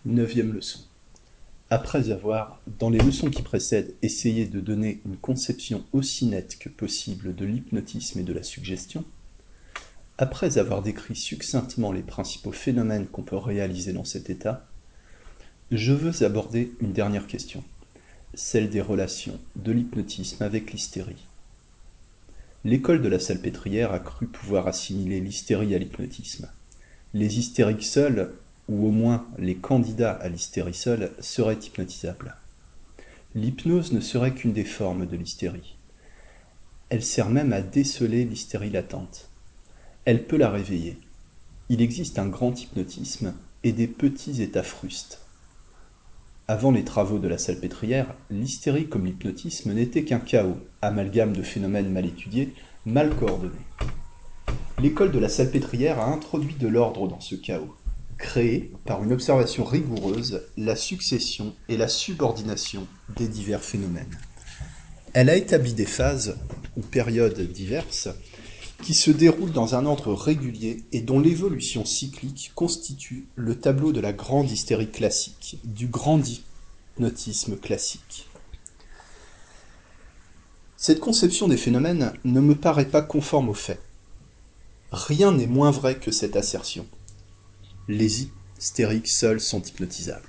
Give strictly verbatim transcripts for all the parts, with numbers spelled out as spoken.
Neuvième leçon. Après avoir, dans les leçons qui précèdent, essayé de donner une conception aussi nette que possible de l'hypnotisme et de la suggestion, après avoir décrit succinctement les principaux phénomènes qu'on peut réaliser dans cet état, je veux aborder une dernière question, celle des relations de l'hypnotisme avec l'hystérie. L'école de la Salpêtrière a cru pouvoir assimiler l'hystérie à l'hypnotisme. Les hystériques seuls, ou au moins les candidats à l'hystérie seule, seraient hypnotisables. L'hypnose ne serait qu'une des formes de l'hystérie. Elle sert même à déceler l'hystérie latente. Elle peut la réveiller. Il existe un grand hypnotisme et des petits états frustes. Avant les travaux de la Salpêtrière, l'hystérie comme l'hypnotisme n'était qu'un chaos, amalgame de phénomènes mal étudiés, mal coordonnés. L'école de la Salpêtrière a introduit de l'ordre dans ce chaos, créé, par une observation rigoureuse, la succession et la subordination des divers phénomènes. Elle a établi des phases, ou périodes diverses, qui se déroulent dans un ordre régulier et dont l'évolution cyclique constitue le tableau de la grande hystérie classique, du grand hypnotisme classique. Cette conception des phénomènes ne me paraît pas conforme aux faits. Rien n'est moins vrai que cette assertion. Les hystériques seuls sont hypnotisables.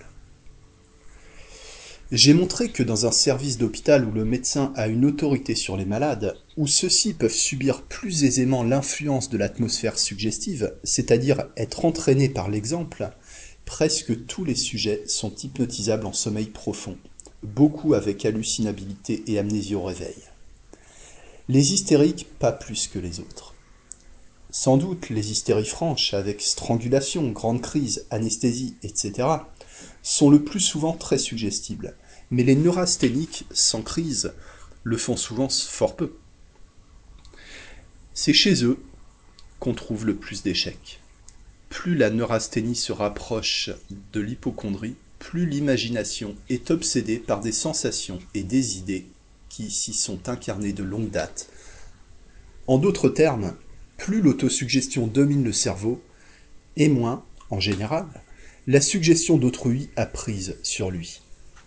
J'ai montré que dans un service d'hôpital où le médecin a une autorité sur les malades, où ceux-ci peuvent subir plus aisément l'influence de l'atmosphère suggestive, c'est-à-dire être entraînés par l'exemple, presque tous les sujets sont hypnotisables en sommeil profond, beaucoup avec hallucinabilité et amnésie au réveil. Les hystériques, pas plus que les autres. Sans doute, les hystéries franches, avec strangulation, grande crise, anesthésie, et cetera, sont le plus souvent très suggestibles, mais les neurasthéniques, sans crise, le font souvent fort peu. C'est chez eux qu'on trouve le plus d'échecs. Plus la neurasthénie se rapproche de l'hypocondrie, plus l'imagination est obsédée par des sensations et des idées qui ici sont incarnées de longue date. En d'autres termes, plus l'autosuggestion domine le cerveau, et moins, en général, la suggestion d'autrui a prise sur lui.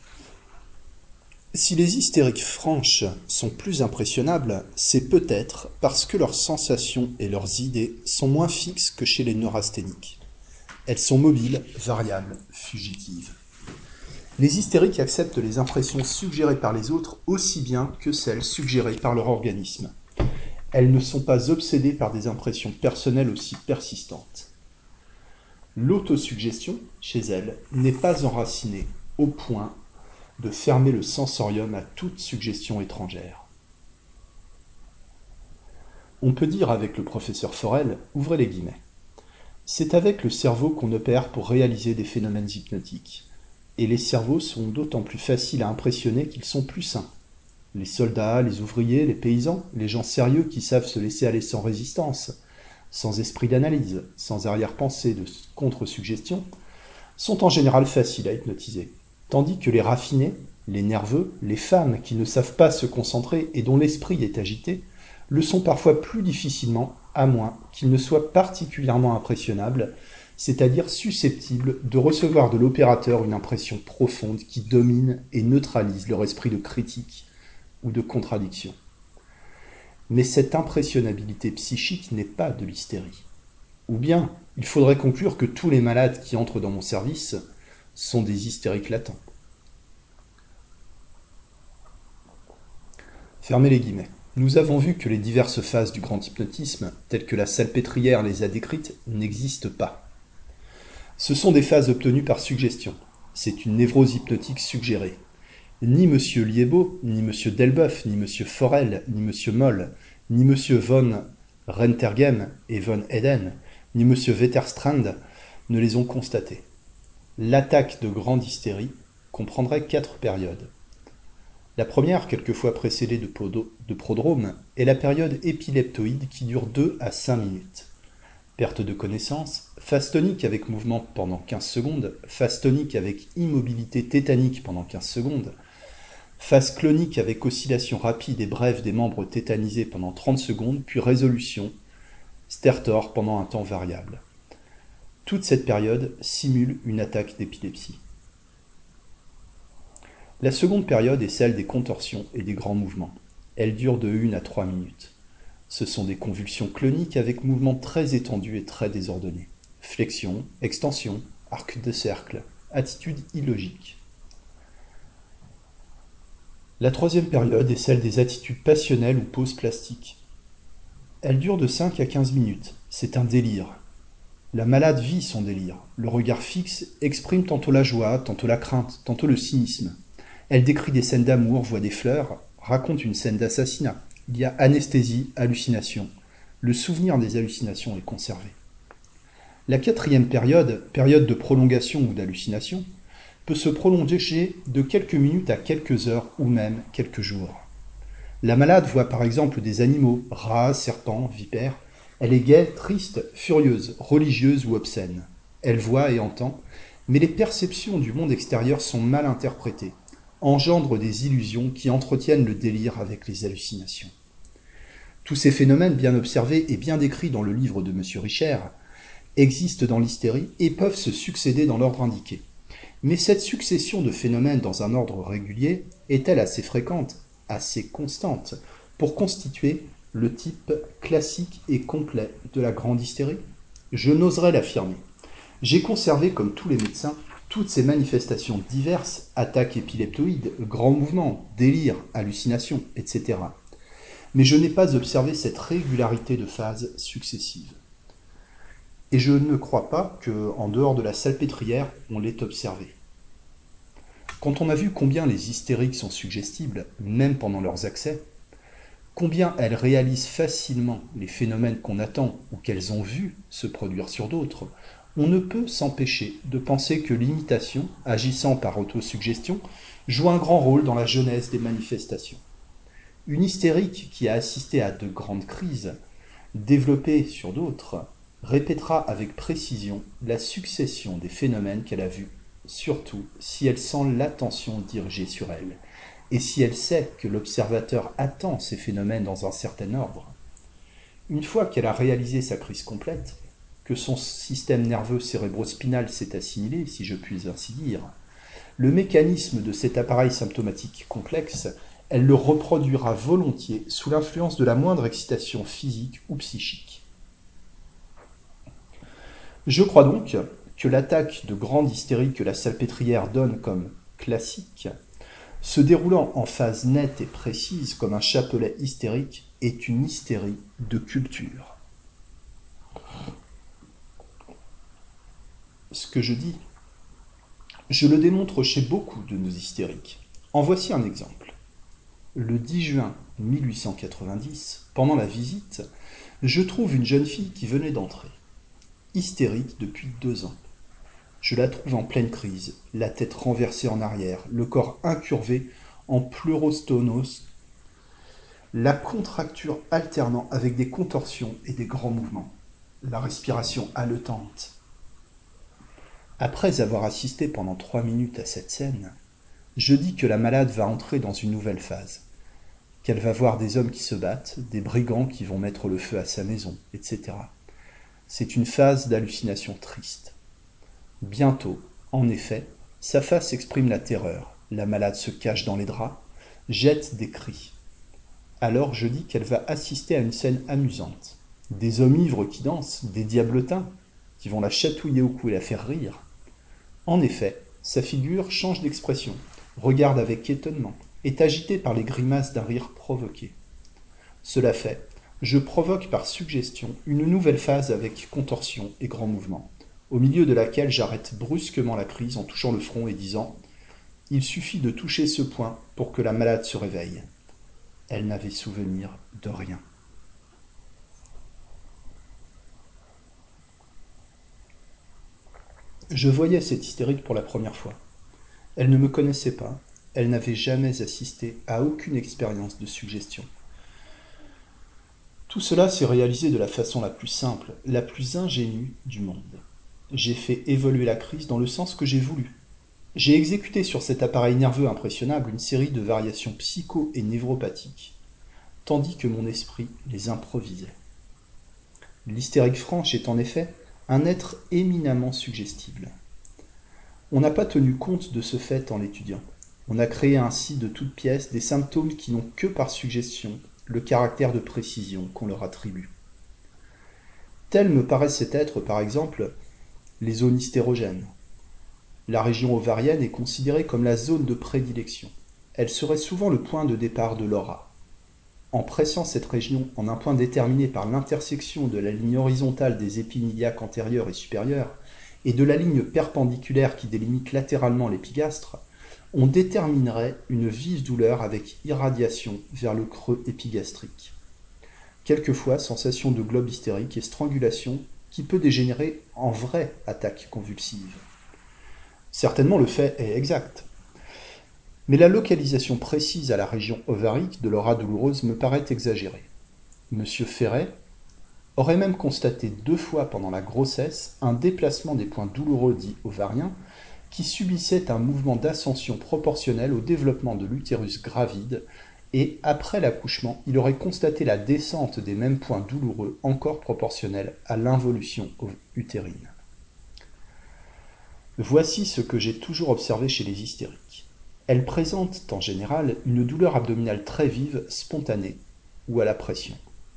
Si les hystériques franches sont plus impressionnables, c'est peut-être parce que leurs sensations et leurs idées sont moins fixes que chez les neurasthéniques. Elles sont mobiles, variables, fugitives. Les hystériques acceptent les impressions suggérées par les autres aussi bien que celles suggérées par leur organisme. Elles ne sont pas obsédées par des impressions personnelles aussi persistantes. L'autosuggestion, chez elles, n'est pas enracinée au point de fermer le sensorium à toute suggestion étrangère. On peut dire avec le professeur Forel, ouvrez les guillemets, c'est avec le cerveau qu'on opère pour réaliser des phénomènes hypnotiques. Et les cerveaux sont d'autant plus faciles à impressionner qu'ils sont plus sains. Les soldats, les ouvriers, les paysans, les gens sérieux qui savent se laisser aller sans résistance, sans esprit d'analyse, sans arrière-pensée de contre-suggestion, sont en général faciles à hypnotiser. Tandis que les raffinés, les nerveux, les femmes qui ne savent pas se concentrer et dont l'esprit est agité, le sont parfois plus difficilement, à moins qu'ils ne soient particulièrement impressionnables, c'est-à-dire susceptibles de recevoir de l'opérateur une impression profonde qui domine et neutralise leur esprit de critique ou de contradiction. Mais cette impressionnabilité psychique n'est pas de l'hystérie. Ou bien, il faudrait conclure que tous les malades qui entrent dans mon service sont des hystériques latents. Fermez les guillemets. Nous avons vu que les diverses phases du grand hypnotisme, telles que la Salpêtrière les a décrites, n'existent pas. Ce sont des phases obtenues par suggestion. C'est une névrose hypnotique suggérée. Ni M. Liébaud, ni M. Delboeuf, ni M. Forel, ni M. Moll, ni M. von Rentergem et von Eden, ni M. Wetterstrand ne les ont constatées. L'attaque de grande hystérie comprendrait quatre périodes. La première, quelquefois précédée de, podo, de prodrome, est la période épileptoïde qui dure deux à cinq minutes. Perte de connaissance, phase tonique avec mouvement pendant quinze secondes, phase tonique avec immobilité tétanique pendant quinze secondes, phase clonique avec oscillation rapide et brève des membres tétanisés pendant trente secondes, puis résolution, stertor pendant un temps variable. Toute cette période simule une attaque d'épilepsie. La seconde période est celle des contorsions et des grands mouvements. Elle dure de une à trois minutes. Ce sont des convulsions cloniques avec mouvements très étendus et très désordonnés. Flexion, extension, arc de cercle, attitude illogique. La troisième période est celle des attitudes passionnelles ou poses plastiques. Elle dure de cinq à quinze minutes. C'est un délire. La malade vit son délire. Le regard fixe exprime tantôt la joie, tantôt la crainte, tantôt le cynisme. Elle décrit des scènes d'amour, voit des fleurs, raconte une scène d'assassinat. Il y a anesthésie, hallucination. Le souvenir des hallucinations est conservé. La quatrième période, période de prolongation ou d'hallucination, peut se prolonger de quelques minutes à quelques heures ou même quelques jours. La malade voit par exemple des animaux, rats, serpents, vipères. Elle est gaie, triste, furieuse, religieuse ou obscène. Elle voit et entend, mais les perceptions du monde extérieur sont mal interprétées, engendrent des illusions qui entretiennent le délire avec les hallucinations. Tous ces phénomènes bien observés et bien décrits dans le livre de M. Richer existent dans l'hystérie et peuvent se succéder dans l'ordre indiqué. Mais cette succession de phénomènes dans un ordre régulier est-elle assez fréquente, assez constante, pour constituer le type classique et complet de la grande hystérie? Je n'oserais l'affirmer. J'ai conservé, comme tous les médecins, toutes ces manifestations diverses, attaques épileptoïdes, grands mouvements, délires, hallucinations, et cetera. Mais je n'ai pas observé cette régularité de phases successives. Et je ne crois pas qu'en dehors de la salpêtrière, on l'ait observé. Quand on a vu combien les hystériques sont suggestibles, même pendant leurs accès, combien elles réalisent facilement les phénomènes qu'on attend ou qu'elles ont vus se produire sur d'autres, on ne peut s'empêcher de penser que l'imitation, agissant par autosuggestion, joue un grand rôle dans la genèse des manifestations. Une hystérique qui a assisté à de grandes crises, développées sur d'autres, répétera avec précision la succession des phénomènes qu'elle a vus, surtout si elle sent l'attention dirigée sur elle, et si elle sait que l'observateur attend ces phénomènes dans un certain ordre. Une fois qu'elle a réalisé sa crise complète, que son système nerveux cérébrospinal s'est assimilé, si je puis ainsi dire, le mécanisme de cet appareil symptomatique complexe, elle le reproduira volontiers sous l'influence de la moindre excitation physique ou psychique. Je crois donc que l'attaque de grande hystérie que la salpêtrière donne comme classique, se déroulant en phase nette et précise comme un chapelet hystérique, est une hystérie de culture. Ce que je dis, je le démontre chez beaucoup de nos hystériques. En voici un exemple. Le dix juin mille huit cent quatre-vingt-dix, pendant la visite, je trouve une jeune fille qui venait d'entrer, hystérique depuis deux ans. Je la trouve en pleine crise, la tête renversée en arrière, le corps incurvé en pleurostonos, la contracture alternant avec des contorsions et des grands mouvements, la respiration haletante. Après avoir assisté pendant trois minutes à cette scène, je dis que la malade va entrer dans une nouvelle phase, qu'elle va voir des hommes qui se battent, des brigands qui vont mettre le feu à sa maison, et cetera. C'est une phase d'hallucination triste. Bientôt, en effet, sa face exprime la terreur. La malade se cache dans les draps, jette des cris. Alors je dis qu'elle va assister à une scène amusante. Des hommes ivres qui dansent, des diablotins qui vont la chatouiller au cou et la faire rire. En effet, sa figure change d'expression, regarde avec étonnement, est agitée par les grimaces d'un rire provoqué. Cela fait, je provoque par suggestion une nouvelle phase avec contorsion et grands mouvements, au milieu de laquelle j'arrête brusquement la prise en touchant le front et disant « Il suffit de toucher ce point pour que la malade se réveille. » Elle n'avait souvenir de rien. Je voyais cette hystérique pour la première fois. Elle ne me connaissait pas, elle n'avait jamais assisté à aucune expérience de suggestion. Tout cela s'est réalisé de la façon la plus simple, la plus ingénue du monde. J'ai fait évoluer la crise dans le sens que j'ai voulu. J'ai exécuté sur cet appareil nerveux impressionnable une série de variations psycho- et névropathiques, tandis que mon esprit les improvisait. L'hystérique franche est en effet un être éminemment suggestible. On n'a pas tenu compte de ce fait en l'étudiant. On a créé ainsi de toutes pièces des symptômes qui n'ont que par suggestion le caractère de précision qu'on leur attribue. Tels me paraissent être, par exemple, les zones hystérogènes. La région ovarienne est considérée comme la zone de prédilection. Elle serait souvent le point de départ de l'aura. En pressant cette région en un point déterminé par l'intersection de la ligne horizontale des épines iliaques antérieures et supérieures et de la ligne perpendiculaire qui délimite latéralement l'épigastre, on déterminerait une vive douleur avec irradiation vers le creux épigastrique. Quelquefois, sensation de globe hystérique et strangulation qui peut dégénérer en vraie attaque convulsive. Certainement le fait est exact. Mais la localisation précise à la région ovarique de l'aura douloureuse me paraît exagérée. M. Ferret aurait même constaté deux fois pendant la grossesse un déplacement des points douloureux dits ovariens qui subissaient un mouvement d'ascension proportionnel au développement de l'utérus gravide et, après l'accouchement, il aurait constaté la descente des mêmes points douloureux encore proportionnelle à l'involution utérine. Voici ce que j'ai toujours observé chez les hystériques. Elles présentent en général une douleur abdominale très vive, spontanée, ou à la pression.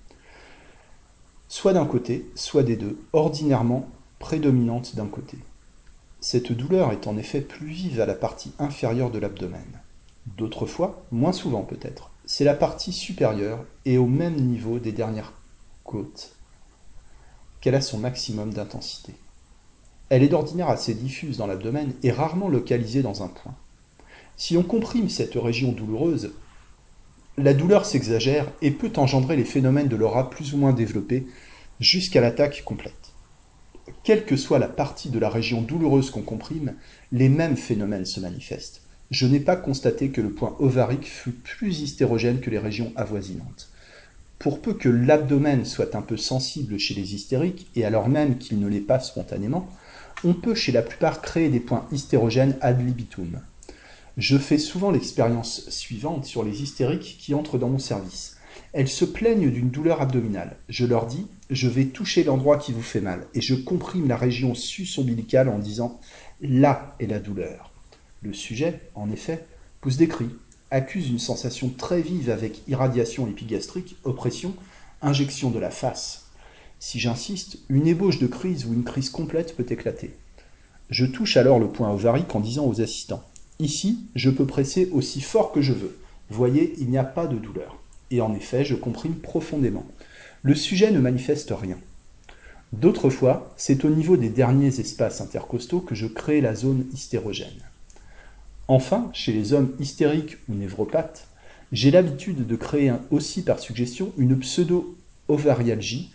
Soit d'un côté, soit des deux, ordinairement prédominante d'un côté. Cette douleur est en effet plus vive à la partie inférieure de l'abdomen. D'autres fois, moins souvent peut-être, c'est la partie supérieure et au même niveau des dernières côtes qu'elle a son maximum d'intensité. Elle est d'ordinaire assez diffuse dans l'abdomen et rarement localisée dans un point. Si on comprime cette région douloureuse, la douleur s'exagère et peut engendrer les phénomènes de l'aura plus ou moins développés jusqu'à l'attaque complète. Quelle que soit la partie de la région douloureuse qu'on comprime, les mêmes phénomènes se manifestent. Je n'ai pas constaté que le point ovarique fût plus hystérogène que les régions avoisinantes. Pour peu que l'abdomen soit un peu sensible chez les hystériques, et alors même qu'il ne l'est pas spontanément, on peut chez la plupart créer des points hystérogènes ad libitum. Je fais souvent l'expérience suivante sur les hystériques qui entrent dans mon service. Elles se plaignent d'une douleur abdominale. Je leur dis « je vais toucher l'endroit qui vous fait mal » et je comprime la région sus-ombilicale en disant « là est la douleur ». Le sujet, en effet, pousse des cris, accuse une sensation très vive avec irradiation épigastrique, oppression, injection de la face. Si j'insiste, une ébauche de crise ou une crise complète peut éclater. Je touche alors le point ovarique en disant aux assistants « ici, je peux presser aussi fort que je veux. Voyez, il n'y a pas de douleur. » Et en effet, je comprime profondément. Le sujet ne manifeste rien. D'autres fois, c'est au niveau des derniers espaces intercostaux que je crée la zone hystérogène. Enfin, chez les hommes hystériques ou névropathes, j'ai l'habitude de créer aussi par suggestion une pseudo-ovarialgie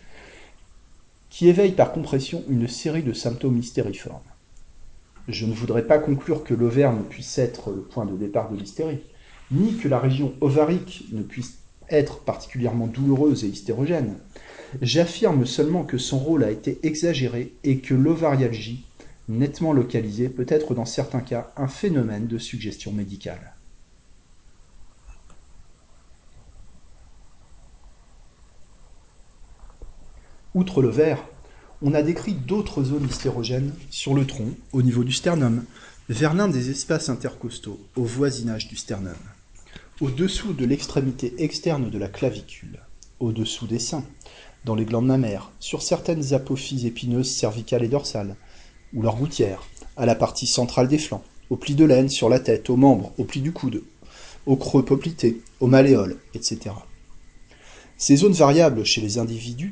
qui éveille par compression une série de symptômes hystériformes. Je ne voudrais pas conclure que l'ovaire ne puisse être le point de départ de l'hystérie, ni que la région ovarique ne puisse être particulièrement douloureuse et hystérogène. J'affirme seulement que son rôle a été exagéré et que l'ovarialgie, nettement localisée, peut être dans certains cas un phénomène de suggestion médicale. Outre l'ovaire, on a décrit d'autres zones hystérogènes sur le tronc, au niveau du sternum, vers l'un des espaces intercostaux, au voisinage du sternum, au-dessous de l'extrémité externe de la clavicule, au-dessous des seins, dans les glandes mammaires, sur certaines apophyses épineuses cervicales et dorsales, ou leurs gouttières, à la partie centrale des flancs, aux plis de laine, sur la tête, aux membres, aux plis du coude, au creux poplité, aux malléoles, et cetera. Ces zones variables chez les individus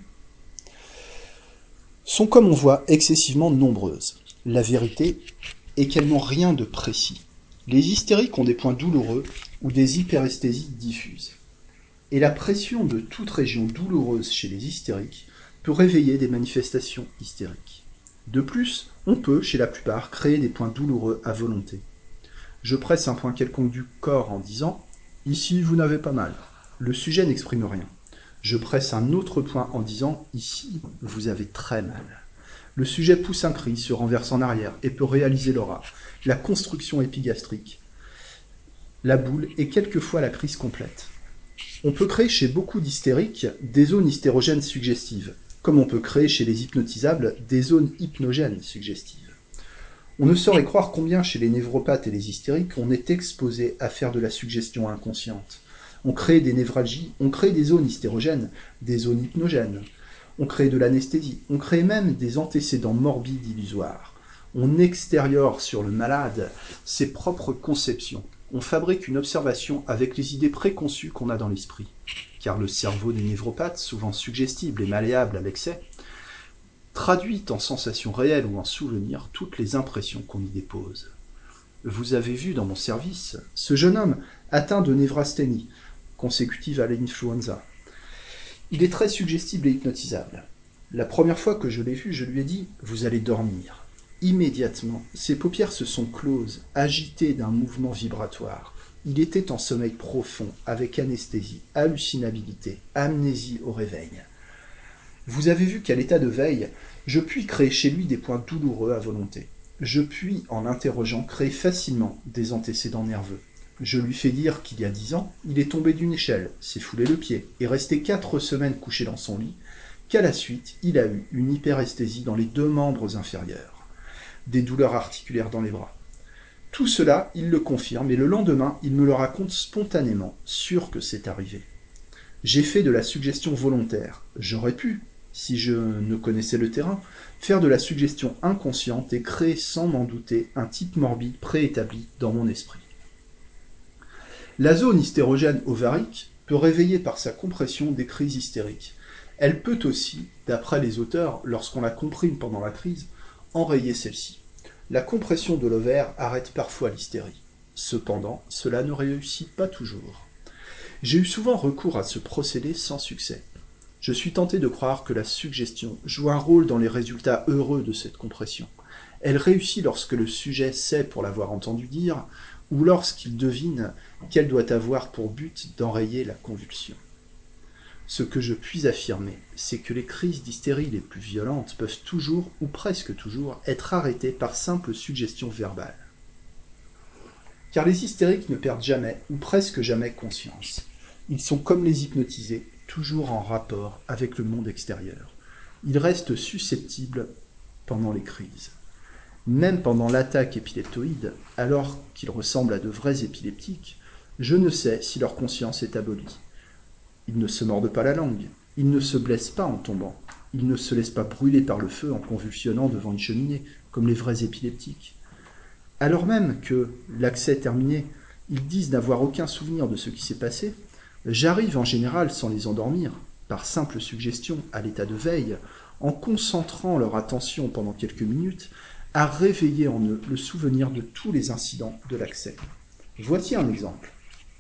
sont, comme on voit, excessivement nombreuses. La vérité est qu'elles n'ont rien de précis. Les hystériques ont des points douloureux ou des hyperesthésies diffuses. Et la pression de toute région douloureuse chez les hystériques peut réveiller des manifestations hystériques. De plus, on peut, chez la plupart, créer des points douloureux à volonté. Je presse un point quelconque du corps en disant « ici, vous n'avez pas mal ». Le sujet n'exprime rien. Je presse un autre point en disant « ici, vous avez très mal ». Le sujet pousse un cri, se renverse en arrière et peut réaliser l'aura, la construction épigastrique, la boule et quelquefois la crise complète. On peut créer chez beaucoup d'hystériques des zones hystérogènes suggestives, comme on peut créer chez les hypnotisables des zones hypnogènes suggestives. On ne saurait croire combien chez les névropathes et les hystériques on est exposé à faire de la suggestion inconsciente. On crée des névralgies, on crée des zones hystérogènes, des zones hypnogènes, on crée de l'anesthésie, on crée même des antécédents morbides illusoires. On extériore sur le malade ses propres conceptions. On fabrique une observation avec les idées préconçues qu'on a dans l'esprit. Car le cerveau des névropathes, souvent suggestible et malléable à l'excès, traduit en sensations réelles ou en souvenirs toutes les impressions qu'on y dépose. Vous avez vu dans mon service ce jeune homme atteint de névrasthénie, consécutive à l'influenza. Il est très suggestible et hypnotisable. La première fois que je l'ai vu, je lui ai dit « Vous allez dormir ». Immédiatement, ses paupières se sont closes, agitées d'un mouvement vibratoire. Il était en sommeil profond, avec anesthésie, hallucinabilité, amnésie au réveil. Vous avez vu qu'à l'état de veille, je puis créer chez lui des points douloureux à volonté. Je puis, en l'interrogeant, créer facilement des antécédents nerveux. Je lui fais dire qu'il y a dix ans, il est tombé d'une échelle, s'est foulé le pied, et resté quatre semaines couché dans son lit, qu'à la suite, il a eu une hyperesthésie dans les deux membres inférieurs, des douleurs articulaires dans les bras. Tout cela, il le confirme, et le lendemain, il me le raconte spontanément, sûr que c'est arrivé. J'ai fait de la suggestion volontaire. J'aurais pu, si je ne connaissais le terrain, faire de la suggestion inconsciente et créer sans m'en douter un type morbide préétabli dans mon esprit. La zone hystérogène ovarique peut réveiller par sa compression des crises hystériques. Elle peut aussi, d'après les auteurs, lorsqu'on la comprime pendant la crise, enrayer celle-ci. La compression de l'ovaire arrête parfois l'hystérie. Cependant, cela ne réussit pas toujours. J'ai eu souvent recours à ce procédé sans succès. Je suis tenté de croire que la suggestion joue un rôle dans les résultats heureux de cette compression. Elle réussit lorsque le sujet sait, pour l'avoir entendu dire, ou lorsqu'il devine qu'elle doit avoir pour but d'enrayer la convulsion. Ce que je puis affirmer, c'est que les crises d'hystérie les plus violentes peuvent toujours, ou presque toujours, être arrêtées par simple suggestion verbale. Car les hystériques ne perdent jamais, ou presque jamais, conscience. Ils sont comme les hypnotisés, toujours en rapport avec le monde extérieur. Ils restent susceptibles pendant les crises. Même pendant l'attaque épileptoïde, alors qu'ils ressemblent à de vrais épileptiques, je ne sais si leur conscience est abolie. Ils ne se mordent pas la langue, ils ne se blessent pas en tombant, ils ne se laissent pas brûler par le feu en convulsionnant devant une cheminée, comme les vrais épileptiques. Alors même que, l'accès terminé, ils disent n'avoir aucun souvenir de ce qui s'est passé, j'arrive en général sans les endormir, par simple suggestion, à l'état de veille, en concentrant leur attention pendant quelques minutes, à réveiller en eux le souvenir de tous les incidents de l'accès. Voici un exemple.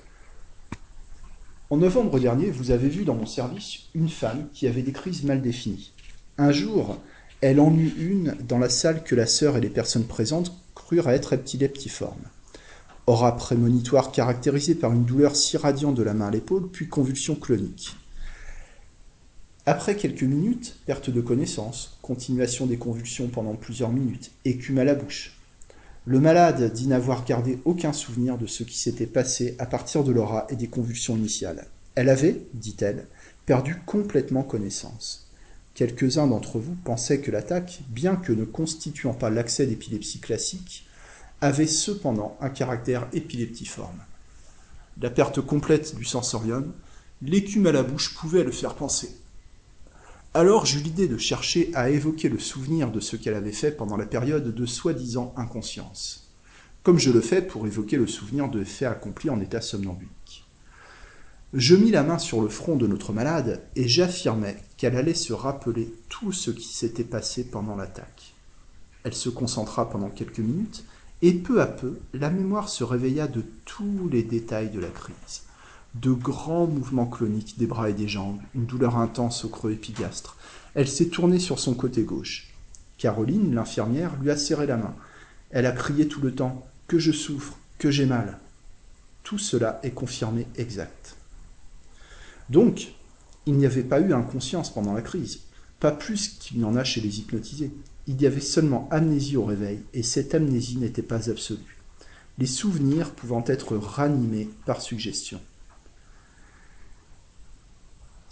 En novembre dernier, vous avez vu dans mon service une femme qui avait des crises mal définies. Un jour, elle en eut une dans la salle que la sœur et les personnes présentes crurent être épileptiforme. Aura prémonitoire caractérisée par une douleur s'irradiant de la main à l'épaule, puis convulsion clonique. Après quelques minutes, perte de connaissance, continuation des convulsions pendant plusieurs minutes, écume à la bouche. Le malade dit n'avoir gardé aucun souvenir de ce qui s'était passé à partir de l'aura et des convulsions initiales. Elle avait, dit-elle, perdu complètement connaissance. Quelques-uns d'entre vous pensaient que l'attaque, bien que ne constituant pas l'accès d'épilepsie classique, avait cependant un caractère épileptiforme. La perte complète du sensorium, l'écume à la bouche pouvait le faire penser. Alors j'eus l'idée de chercher à évoquer le souvenir de ce qu'elle avait fait pendant la période de soi-disant inconscience, comme je le fais pour évoquer le souvenir de faits accomplis en état somnambulique. Je mis la main sur le front de notre malade et j'affirmais qu'elle allait se rappeler tout ce qui s'était passé pendant l'attaque. Elle se concentra pendant quelques minutes et peu à peu, la mémoire se réveilla de tous les détails de la crise. De grands mouvements cloniques des bras et des jambes, une douleur intense au creux épigastre. Elle s'est tournée sur son côté gauche. Caroline, l'infirmière, lui a serré la main. Elle a crié tout le temps « que je souffre, que j'ai mal ». Tout cela est confirmé exact. Donc, il n'y avait pas eu inconscience pendant la crise, pas plus qu'il n'y en a chez les hypnotisés. Il y avait seulement amnésie au réveil, et cette amnésie n'était pas absolue, les souvenirs pouvant être ranimés par suggestion.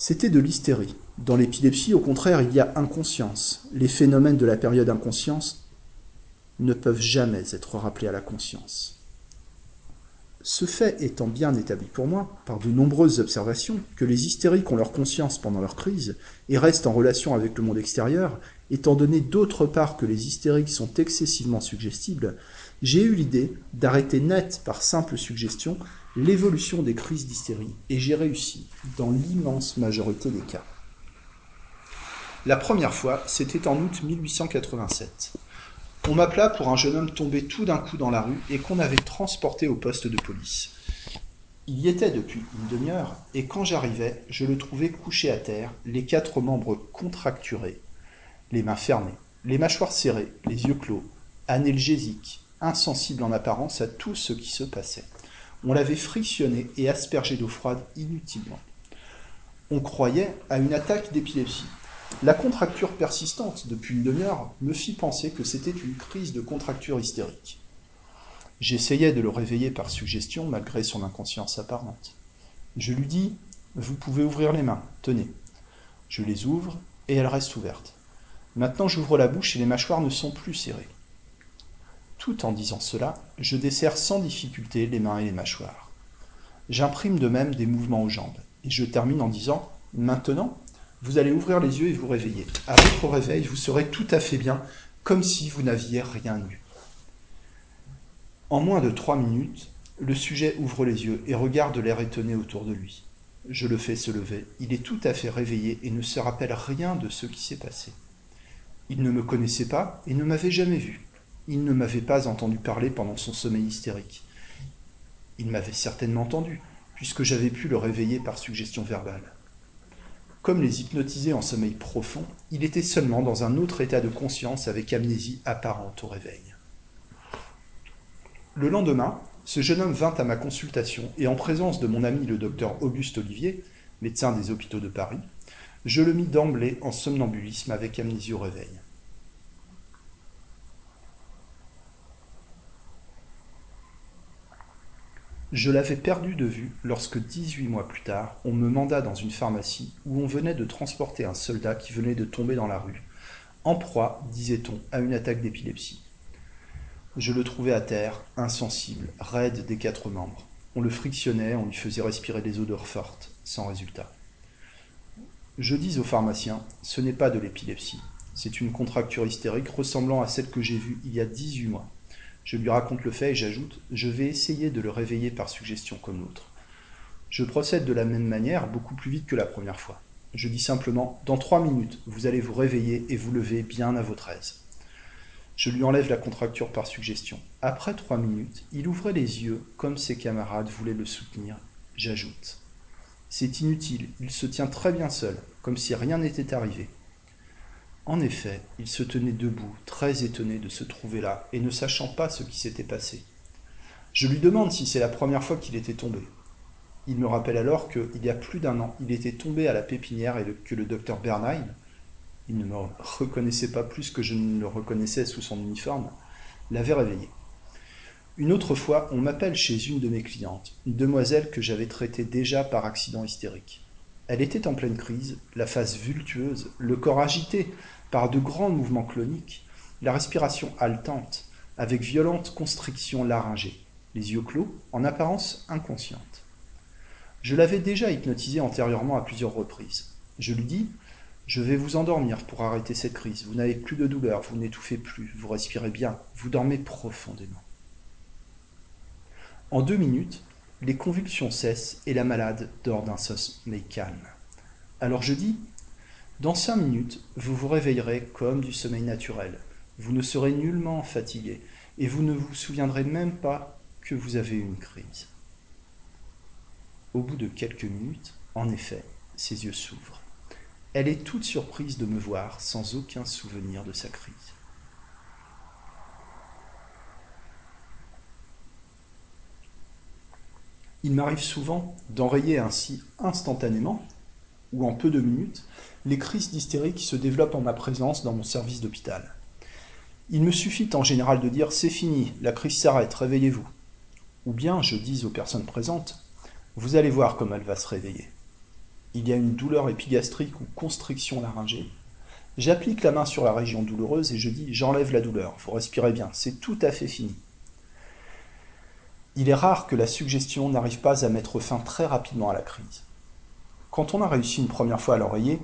C'était de l'hystérie. Dans l'épilepsie, au contraire, il y a inconscience. Les phénomènes de la période inconscience ne peuvent jamais être rappelés à la conscience. Ce fait étant bien établi pour moi, par de nombreuses observations, que les hystériques ont leur conscience pendant leur crise et restent en relation avec le monde extérieur, étant donné d'autre part que les hystériques sont excessivement suggestibles, j'ai eu l'idée d'arrêter net par simple suggestion l'évolution des crises d'hystérie, et j'ai réussi dans l'immense majorité des cas. La première fois, c'était en août mille huit cent quatre-vingt-sept. On m'appela pour un jeune homme tombé tout d'un coup dans la rue et qu'on avait transporté au poste de police. Il y était depuis une demi-heure, et quand j'arrivais, je le trouvais couché à terre, les quatre membres contracturés, les mains fermées, les mâchoires serrées, les yeux clos, analgésique, insensible en apparence à tout ce qui se passait. On l'avait frictionné et aspergé d'eau froide inutilement. On croyait à une attaque d'épilepsie. La contracture persistante depuis une demi-heure me fit penser que c'était une crise de contracture hystérique. J'essayais de le réveiller par suggestion malgré son inconscience apparente. Je lui dis « Vous pouvez ouvrir les mains, tenez ». Je les ouvre et elles restent ouvertes. Maintenant j'ouvre la bouche et les mâchoires ne sont plus serrées. Tout en disant cela, je desserre sans difficulté les mains et les mâchoires. J'imprime de même des mouvements aux jambes et je termine en disant « Maintenant, vous allez ouvrir les yeux et vous réveiller. À votre réveil, vous serez tout à fait bien, comme si vous n'aviez rien eu. » En moins de trois minutes, le sujet ouvre les yeux et regarde l'air étonné autour de lui. Je le fais se lever. Il est tout à fait réveillé et ne se rappelle rien de ce qui s'est passé. Il ne me connaissait pas et ne m'avait jamais vu. Il ne m'avait pas entendu parler pendant son sommeil hystérique. Il m'avait certainement entendu, puisque j'avais pu le réveiller par suggestion verbale. Comme les hypnotisés en sommeil profond, il était seulement dans un autre état de conscience avec amnésie apparente au réveil. Le lendemain, ce jeune homme vint à ma consultation et en présence de mon ami le docteur Auguste Olivier, médecin des hôpitaux de Paris, je le mis d'emblée en somnambulisme avec amnésie au réveil. Je l'avais perdu de vue lorsque, dix-huit mois plus tard, on me manda dans une pharmacie où on venait de transporter un soldat qui venait de tomber dans la rue, en proie, disait-on, à une attaque d'épilepsie. Je le trouvais à terre, insensible, raide des quatre membres. On le frictionnait, on lui faisait respirer des odeurs fortes, sans résultat. Je dis au pharmacien, ce n'est pas de l'épilepsie, c'est une contracture hystérique ressemblant à celle que j'ai vue il y a dix-huit mois. Je lui raconte le fait et j'ajoute, je vais essayer de le réveiller par suggestion comme l'autre. Je procède de la même manière, beaucoup plus vite que la première fois. Je dis simplement, dans trois minutes, vous allez vous réveiller et vous lever bien à votre aise. Je lui enlève la contracture par suggestion. Après trois minutes, il ouvrait les yeux comme ses camarades voulaient le soutenir. J'ajoute. C'est inutile, il se tient très bien seul, comme si rien n'était arrivé. En effet, il se tenait debout, très étonné de se trouver là, et ne sachant pas ce qui s'était passé. Je lui demande si c'est la première fois qu'il était tombé. Il me rappelle alors qu'il y a plus d'un an, il était tombé à la pépinière et que le docteur Bernheim, il ne me reconnaissait pas plus que je ne le reconnaissais sous son uniforme, l'avait réveillé. Une autre fois, on m'appelle chez une de mes clientes, une demoiselle que j'avais traitée déjà par accident hystérique. Elle était en pleine crise, la face vultueuse, le corps agité par de grands mouvements cloniques, la respiration haletante, avec violente constriction laryngée, les yeux clos, en apparence inconsciente. Je l'avais déjà hypnotisée antérieurement à plusieurs reprises. Je lui dis « Je vais vous endormir pour arrêter cette crise. Vous n'avez plus de douleur, vous n'étouffez plus, vous respirez bien, vous dormez profondément. » En deux minutes, les convulsions cessent et la malade dort d'un sommeil calme. Alors je dis « Dans cinq minutes, vous vous réveillerez comme du sommeil naturel. Vous ne serez nullement fatigué et vous ne vous souviendrez même pas que vous avez eu une crise. » Au bout de quelques minutes, en effet, ses yeux s'ouvrent. Elle est toute surprise de me voir sans aucun souvenir de sa crise. Il m'arrive souvent d'enrayer ainsi instantanément, ou en peu de minutes, les crises d'hystérie qui se développent en ma présence dans mon service d'hôpital. Il me suffit en général de dire « c'est fini, la crise s'arrête, réveillez-vous ». Ou bien je dis aux personnes présentes « vous allez voir comme elle va se réveiller ». il y a une douleur épigastrique ou constriction laryngée, j'applique la main sur la région douloureuse et je dis « j'enlève la douleur, vous respirez bien, c'est tout à fait fini ». Il est rare que la suggestion n'arrive pas à mettre fin très rapidement à la crise. Quand on a réussi une première fois à l'enrayer,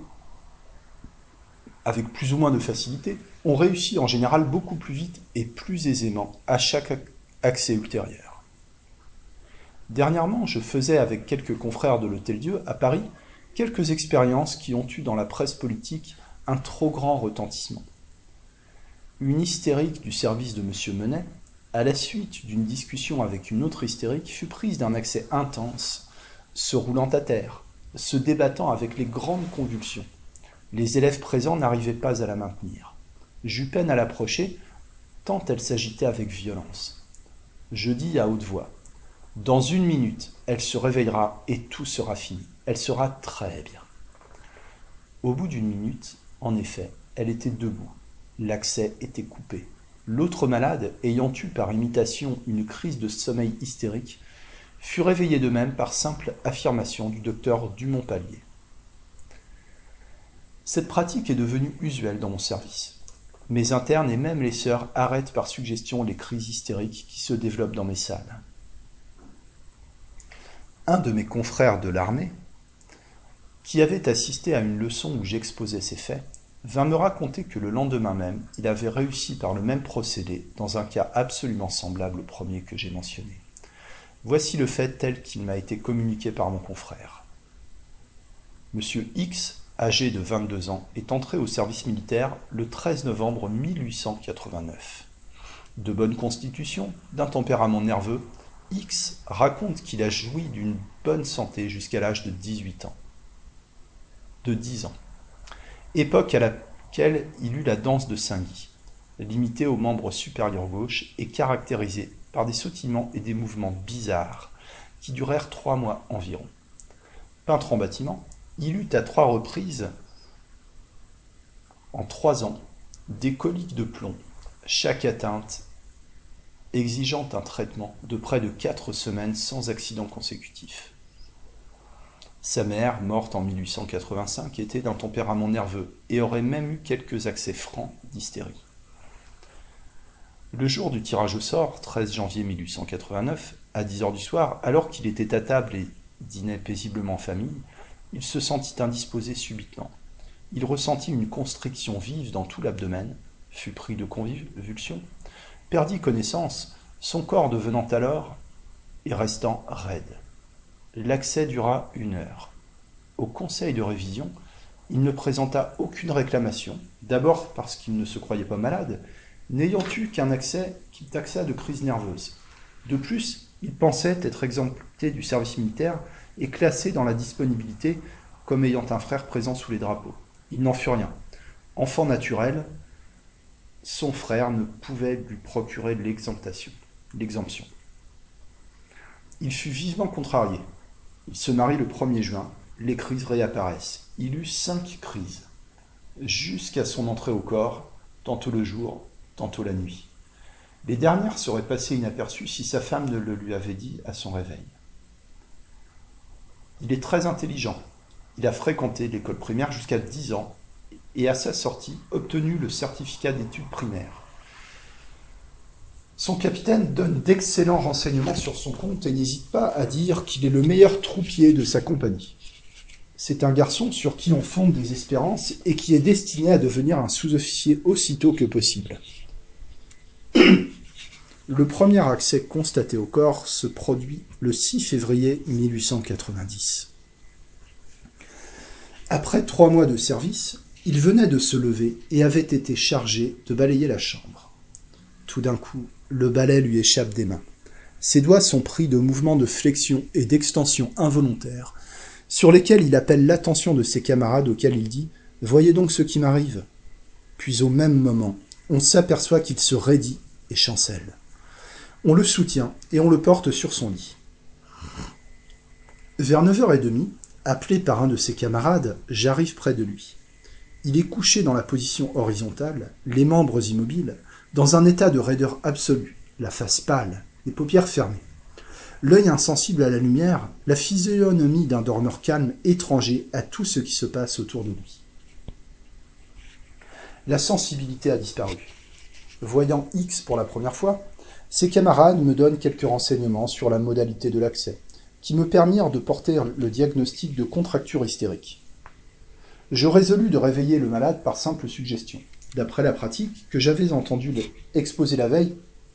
avec plus ou moins de facilité, on réussit en général beaucoup plus vite et plus aisément à chaque accès ultérieur. Dernièrement, je faisais avec quelques confrères de l'Hôtel-Dieu à Paris quelques expériences qui ont eu dans la presse politique un trop grand retentissement. Une hystérique du service de M. Menet, à la suite d'une discussion avec une autre hystérique, fut prise d'un accès intense, se roulant à terre, se débattant avec les grandes convulsions. Les élèves présents n'arrivaient pas à la maintenir. J'eus peine à l'approcher, tant elle s'agitait avec violence. Je dis à haute voix, « Dans une minute, elle se réveillera et tout sera fini. Elle sera très bien. » Au bout d'une minute, en effet, elle était debout. L'accès était coupé. L'autre malade, ayant eu par imitation une crise de sommeil hystérique, fut réveillé de même par simple affirmation du docteur Dumont-Pallier. Cette pratique est devenue usuelle dans mon service. Mes internes et même les sœurs arrêtent par suggestion les crises hystériques qui se développent dans mes salles. Un de mes confrères de l'armée, qui avait assisté à une leçon où j'exposais ces faits, vint me raconter que le lendemain même, il avait réussi par le même procédé dans un cas absolument semblable au premier que j'ai mentionné. Voici le fait tel qu'il m'a été communiqué par mon confrère. Monsieur X, âgé de vingt-deux ans, est entré au service militaire le treize novembre mille huit cent quatre-vingt-neuf. De bonne constitution, d'un tempérament nerveux, X raconte qu'il a joui d'une bonne santé jusqu'à l'âge de dix-huit ans. De dix ans. Époque à laquelle il eut la danse de Saint-Guy, limitée au membre supérieur gauche et caractérisée par des sautillements et des mouvements bizarres qui durèrent trois mois environ. Peintre en bâtiment, il eut à trois reprises, en trois ans, des coliques de plomb, chaque atteinte exigeant un traitement de près de quatre semaines sans accident consécutif. Sa mère, morte en mille huit cent quatre-vingt-cinq, était d'un tempérament nerveux et aurait même eu quelques accès francs d'hystérie. Le jour du tirage au sort, treize janvier mille huit cent quatre-vingt-neuf, à dix heures du soir, alors qu'il était à table et dînait paisiblement en famille, il se sentit indisposé subitement. Il ressentit une constriction vive dans tout l'abdomen, fut pris de convulsions, perdit connaissance, son corps devenant alors et restant raide. L'accès dura une heure. Au conseil de révision, il ne présenta aucune réclamation, d'abord parce qu'il ne se croyait pas malade, n'ayant eu qu'un accès qu'il taxa de crise nerveuse. De plus, il pensait être exempté du service militaire et classé dans la disponibilité comme ayant un frère présent sous les drapeaux. Il n'en fut rien. Enfant naturel, son frère ne pouvait lui procurer l'exemption. l'exemption. Il fut vivement contrarié. Il se marie le premier juin, les crises réapparaissent. Il eut cinq crises, jusqu'à son entrée au corps, tantôt le jour, tantôt la nuit. Les dernières seraient passées inaperçues si sa femme ne le lui avait dit à son réveil. Il est très intelligent. Il a fréquenté l'école primaire jusqu'à dix ans et à sa sortie obtenu le certificat d'études primaires. Son capitaine donne d'excellents renseignements sur son compte et n'hésite pas à dire qu'il est le meilleur troupier de sa compagnie. C'est un garçon sur qui on fonde des espérances et qui est destiné à devenir un sous-officier aussitôt que possible. Le premier accès constaté au corps se produit le six février mille huit cent quatre-vingt-dix. Après trois mois de service, il venait de se lever et avait été chargé de balayer la chambre. Tout d'un coup, le balai lui échappe des mains. Ses doigts sont pris de mouvements de flexion et d'extension involontaires, sur lesquels il appelle l'attention de ses camarades auxquels il dit « Voyez donc ce qui m'arrive ». Puis au même moment, on s'aperçoit qu'il se raidit et chancelle. On le soutient et on le porte sur son lit. Vers neuf heures trente, appelé par un de ses camarades, j'arrive près de lui. Il est couché dans la position horizontale, les membres immobiles, dans un état de raideur absolue, la face pâle, les paupières fermées. l'œil insensible à la lumière, la physionomie d'un dormeur calme, étranger à tout ce qui se passe autour de lui. La sensibilité a disparu. Voyant X pour la première fois, ses camarades me donnent quelques renseignements sur la modalité de l'accès, qui me permirent de porter le diagnostic de contracture hystérique. Je résolus de réveiller le malade par simple suggestion, d'après la pratique que j'avais entendu exposer la veille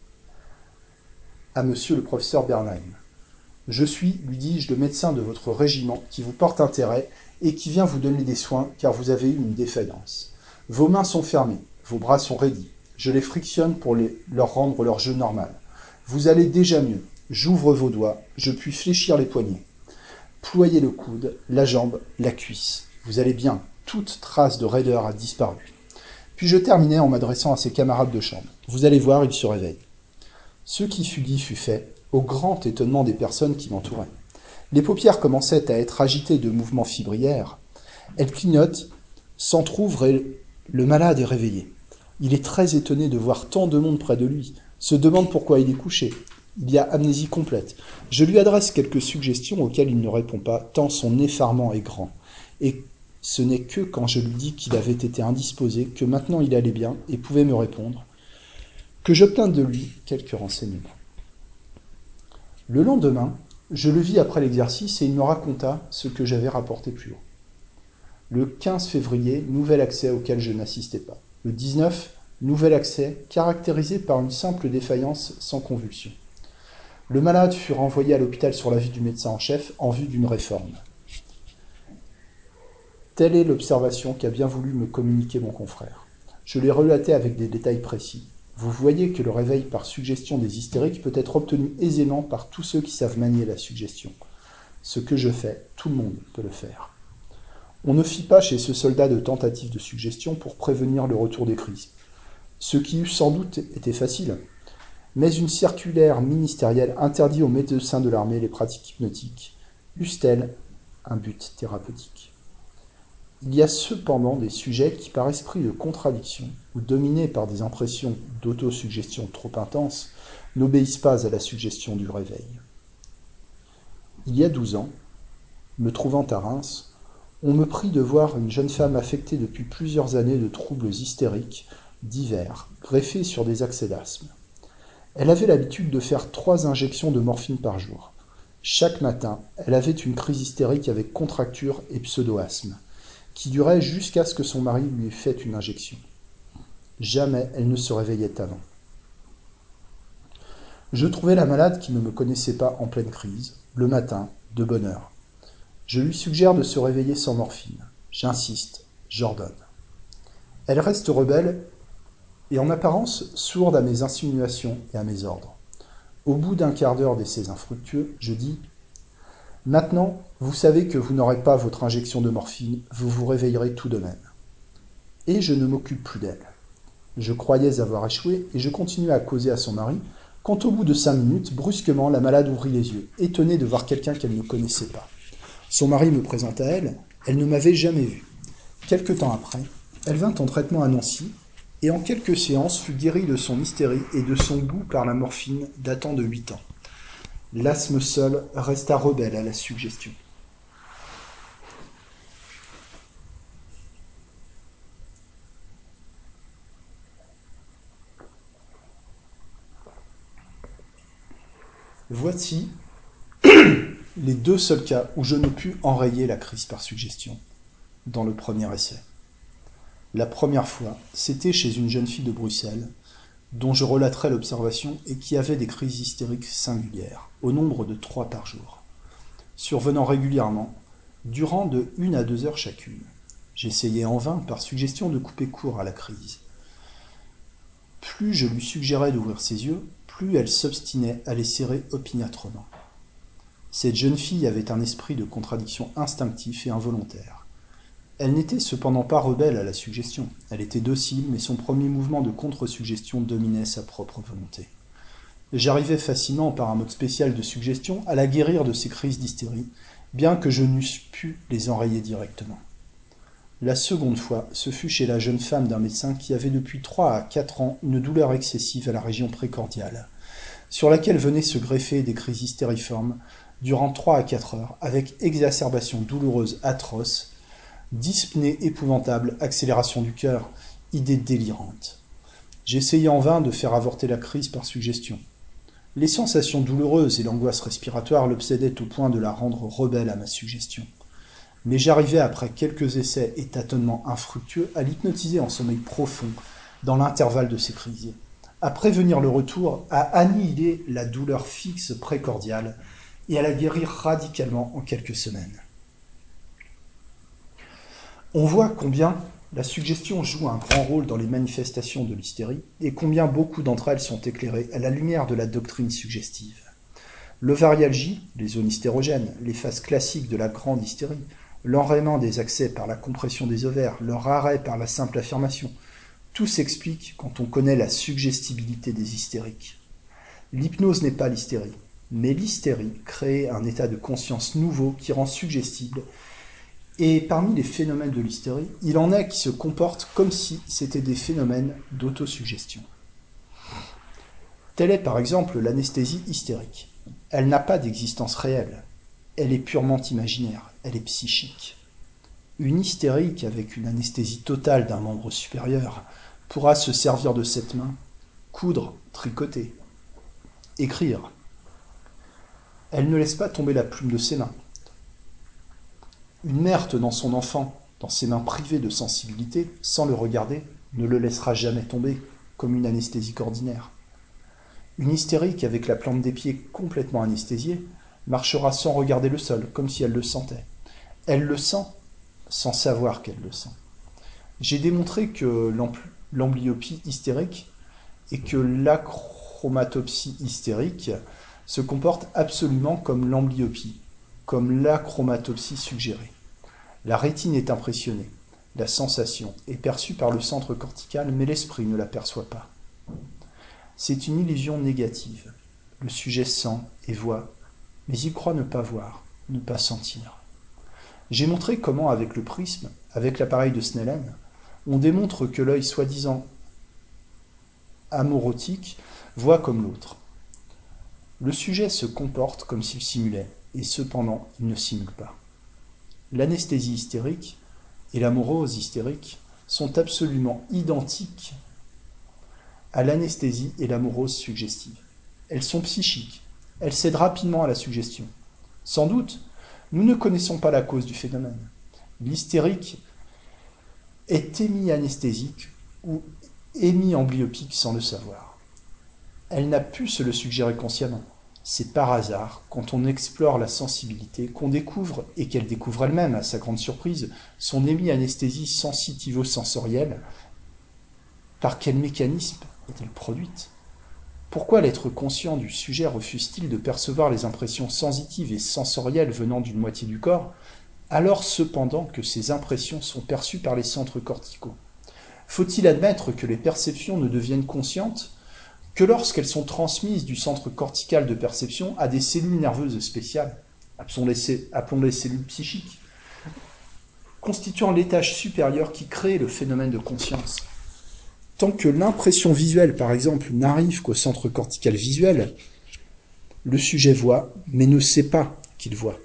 à monsieur le professeur Bernheim. « Je suis, lui dis-je, le médecin de votre régiment qui vous porte intérêt et qui vient vous donner des soins car vous avez eu une défaillance. Vos mains sont fermées, vos bras sont raidis. Je les frictionne pour les, leur rendre leur jeu normal. Vous allez déjà mieux. J'ouvre vos doigts, je puis fléchir les poignets. Ployez le coude, la jambe, la cuisse. Vous allez bien, toute trace de raideur a disparu. » Puis je terminai en m'adressant à ses camarades de chambre. « Vous allez voir, il se réveille. » Ce qui fut dit fut fait, au grand étonnement des personnes qui m'entouraient. Les paupières commençaient à être agitées de mouvements fibrillaires. Elles clignotent, s'entr'ouvrent et le malade est réveillé. Il est très étonné de voir tant de monde près de lui, se demande pourquoi il est couché. Il y a amnésie complète. Je lui adresse quelques suggestions auxquelles il ne répond pas, tant son effarement est grand. Et ce n'est que quand je lui dis qu'il avait été indisposé, que maintenant il allait bien et pouvait me répondre, que j'obtins de lui quelques renseignements. Le lendemain, je le vis après l'exercice et il me raconta ce que j'avais rapporté plus haut. Le quinze février, nouvel accès auquel je n'assistais pas. Le dix-neuf, nouvel accès caractérisé par une simple défaillance sans convulsion. Le malade fut renvoyé à l'hôpital sur l'avis du médecin en chef en vue d'une réforme. Telle est l'observation qu'a bien voulu me communiquer mon confrère. Je l'ai relaté avec des détails précis. Vous voyez que le réveil par suggestion des hystériques peut être obtenu aisément par tous ceux qui savent manier la suggestion. Ce que je fais, tout le monde peut le faire. On ne fit pas chez ce soldat de tentative de suggestion pour prévenir le retour des crises. Ce qui eût sans doute été facile. Mais une circulaire ministérielle interdit aux médecins de l'armée les pratiques hypnotiques, eussent-elles un but thérapeutique. Il y a cependant des sujets qui, par esprit de contradiction ou dominés par des impressions d'autosuggestion trop intenses, n'obéissent pas à la suggestion du réveil. Il y a douze ans, me trouvant à Reims, on me prit de voir une jeune femme affectée depuis plusieurs années de troubles hystériques divers, greffés sur des accès d'asthme. Elle avait l'habitude de faire trois injections de morphine par jour. Chaque matin, elle avait une crise hystérique avec contracture et pseudo-asthme, qui durait jusqu'à ce que son mari lui ait fait une injection. Jamais elle ne se réveillait avant. Je trouvais la malade qui ne me connaissait pas en pleine crise, le matin, de bonne heure. Je lui suggère de se réveiller sans morphine. J'insiste, j'ordonne. Elle reste rebelle et en apparence sourde à mes insinuations et à mes ordres. Au bout d'un quart d'heure d'essais infructueux, je dis « Maintenant, vous savez que vous n'aurez pas votre injection de morphine, vous vous réveillerez tout de même. » Et je ne m'occupe plus d'elle. Je croyais avoir échoué et je continuais à causer à son mari, quand au bout de cinq minutes, brusquement, la malade ouvrit les yeux, étonnée de voir quelqu'un qu'elle ne connaissait pas. Son mari me présenta à elle, elle ne m'avait jamais vu. Quelque temps après, elle vint en traitement à Nancy, et en quelques séances fut guérie de son hystérie et de son goût par la morphine datant de huit ans. L'asthme seul resta rebelle à la suggestion. Voici les deux seuls cas où je ne pus enrayer la crise par suggestion dans le premier essai. La première fois, c'était chez une jeune fille de Bruxelles, dont je relaterai l'observation et qui avait des crises hystériques singulières, au nombre de trois par jour, survenant régulièrement, durant de une à deux heures chacune. J'essayais en vain, par suggestion, de couper court à la crise. Plus je lui suggérais d'ouvrir ses yeux, plus elle s'obstinait à les serrer opiniâtrement. Cette jeune fille avait un esprit de contradiction instinctif et involontaire. Elle n'était cependant pas rebelle à la suggestion. Elle était docile, mais son premier mouvement de contre-suggestion dominait sa propre volonté. J'arrivais facilement, par un mode spécial de suggestion, à la guérir de ses crises d'hystérie, bien que je n'eusse pu les enrayer directement. La seconde fois, ce fut chez la jeune femme d'un médecin qui avait depuis trois à quatre ans une douleur excessive à la région précordiale, sur laquelle venaient se greffer des crises hystériformes durant trois à quatre heures, avec exacerbation douloureuse atroce, dyspnée épouvantable, accélération du cœur, idées délirantes. J'essayais en vain de faire avorter la crise par suggestion. Les sensations douloureuses et l'angoisse respiratoire l'obsédaient au point de la rendre rebelle à ma suggestion. Mais j'arrivais, après quelques essais et tâtonnements infructueux, à l'hypnotiser en sommeil profond, dans l'intervalle de ses crises, à prévenir le retour, à annihiler la douleur fixe précordiale et à la guérir radicalement en quelques semaines. On voit combien la suggestion joue un grand rôle dans les manifestations de l'hystérie et combien beaucoup d'entre elles sont éclairées à la lumière de la doctrine suggestive. L'ovarialgie, les zones hystérogènes, les phases classiques de la grande hystérie, l'enrayement des accès par la compression des ovaires, leur arrêt par la simple affirmation, tout s'explique quand on connaît la suggestibilité des hystériques. L'hypnose n'est pas l'hystérie, mais l'hystérie crée un état de conscience nouveau qui rend suggestible. Et parmi les phénomènes de l'hystérie, il en est qui se comportent comme si c'étaient des phénomènes d'autosuggestion. Telle est par exemple l'anesthésie hystérique. Elle n'a pas d'existence réelle. Elle est purement imaginaire. Elle est psychique. Une hystérique avec une anesthésie totale d'un membre supérieur pourra se servir de cette main, coudre, tricoter, écrire. Elle ne laisse pas tomber la plume de ses mains. Une mère tenant son enfant dans ses mains privées de sensibilité, sans le regarder, ne le laissera jamais tomber, comme une anesthésique ordinaire. Une hystérique avec la plante des pieds complètement anesthésiée marchera sans regarder le sol, comme si elle le sentait. Elle le sent sans savoir qu'elle le sent. J'ai démontré que l'amblyopie hystérique et que l'achromatopsie hystérique se comportent absolument comme l'amblyopie, comme l'achromatopsie suggérée. La rétine est impressionnée, la sensation est perçue par le centre cortical, mais l'esprit ne la perçoit pas. C'est une illusion négative. Le sujet sent et voit, mais il croit ne pas voir, ne pas sentir. J'ai montré comment, avec le prisme, avec l'appareil de Snellen, on démontre que l'œil soi-disant amaurotique voit comme l'autre. Le sujet se comporte comme s'il simulait, et cependant il ne simule pas. L'anesthésie hystérique et l'amorose hystérique sont absolument identiques à l'anesthésie et l'amorose suggestive. Elles sont psychiques, elles cèdent rapidement à la suggestion. Sans doute, nous ne connaissons pas la cause du phénomène. L'hystérique est hémi-anesthésique ou hémi-amblyopique sans le savoir. Elle n'a pu se le suggérer consciemment. C'est par hasard, quand on explore la sensibilité, qu'on découvre, et qu'elle découvre elle-même, à sa grande surprise, son hémi-anesthésie sensitivo-sensorielle. Par quel mécanisme est-elle produite ? Pourquoi l'être conscient du sujet refuse-t-il de percevoir les impressions sensitives et sensorielles venant d'une moitié du corps, alors cependant que ces impressions sont perçues par les centres corticaux ? Faut-il admettre que les perceptions ne deviennent conscientes que lorsqu'elles sont transmises du centre cortical de perception à des cellules nerveuses spéciales, appelons-les cellules psychiques, constituant l'étage supérieur qui crée le phénomène de conscience. Tant que l'impression visuelle, par exemple, n'arrive qu'au centre cortical visuel, le sujet voit, mais ne sait pas qu'il voit.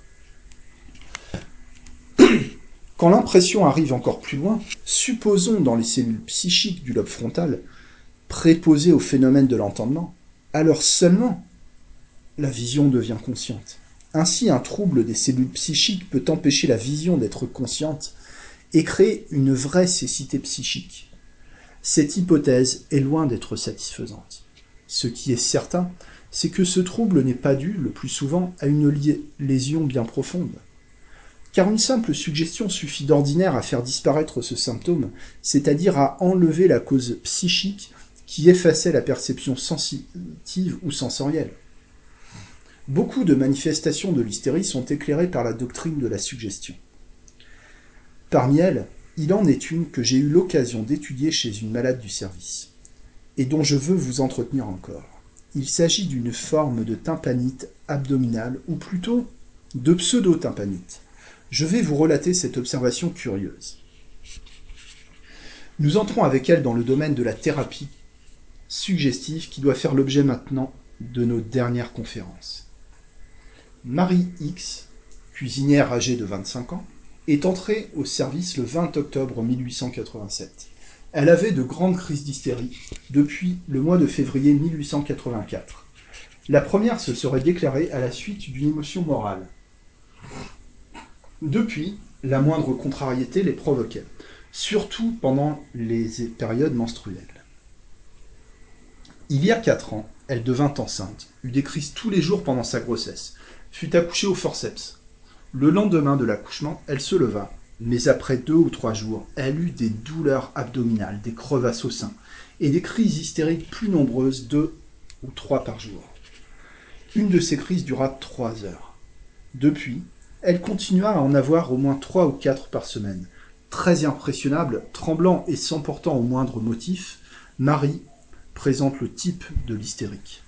Quand l'impression arrive encore plus loin, supposons dans les cellules psychiques du lobe frontal, préposées au phénomène de l'entendement, alors seulement la vision devient consciente. Ainsi, un trouble des cellules psychiques peut empêcher la vision d'être consciente et créer une vraie cécité psychique. Cette hypothèse est loin d'être satisfaisante. Ce qui est certain, c'est que ce trouble n'est pas dû, le plus souvent, à une lésion bien profonde. Car une simple suggestion suffit d'ordinaire à faire disparaître ce symptôme, c'est-à-dire à enlever la cause psychique qui effaçait la perception sensitive ou sensorielle. Beaucoup de manifestations de l'hystérie sont éclairées par la doctrine de la suggestion. Parmi elles, il en est une que j'ai eu l'occasion d'étudier chez une malade du service, et dont je veux vous entretenir encore. Il s'agit d'une forme de tympanite abdominale, ou plutôt de pseudo-tympanite. Je vais vous relater cette observation curieuse. Nous entrons avec elle dans le domaine de la thérapie suggestive qui doit faire l'objet maintenant de nos dernières conférences. Marie X, cuisinière âgée de vingt-cinq ans, est entrée au service le vingt octobre mille huit cent quatre-vingt-sept. Elle avait de grandes crises d'hystérie depuis le mois de février mille huit cent quatre-vingt-quatre. La première se serait déclarée à la suite d'une émotion morale. Depuis, la moindre contrariété les provoquait, surtout pendant les périodes menstruelles. Il y a quatre ans, elle devint enceinte, eut des crises tous les jours pendant sa grossesse, fut accouchée au forceps. Le lendemain de l'accouchement, elle se leva, mais après deux ou trois jours, elle eut des douleurs abdominales, des crevasses au sein, et des crises hystériques plus nombreuses, deux ou trois par jour. Une de ces crises dura trois heures. Depuis, elle continua à en avoir au moins trois ou quatre par semaine. Très impressionnable, tremblant et s'emportant au moindre motif, Marie présente le type de l'hystérique.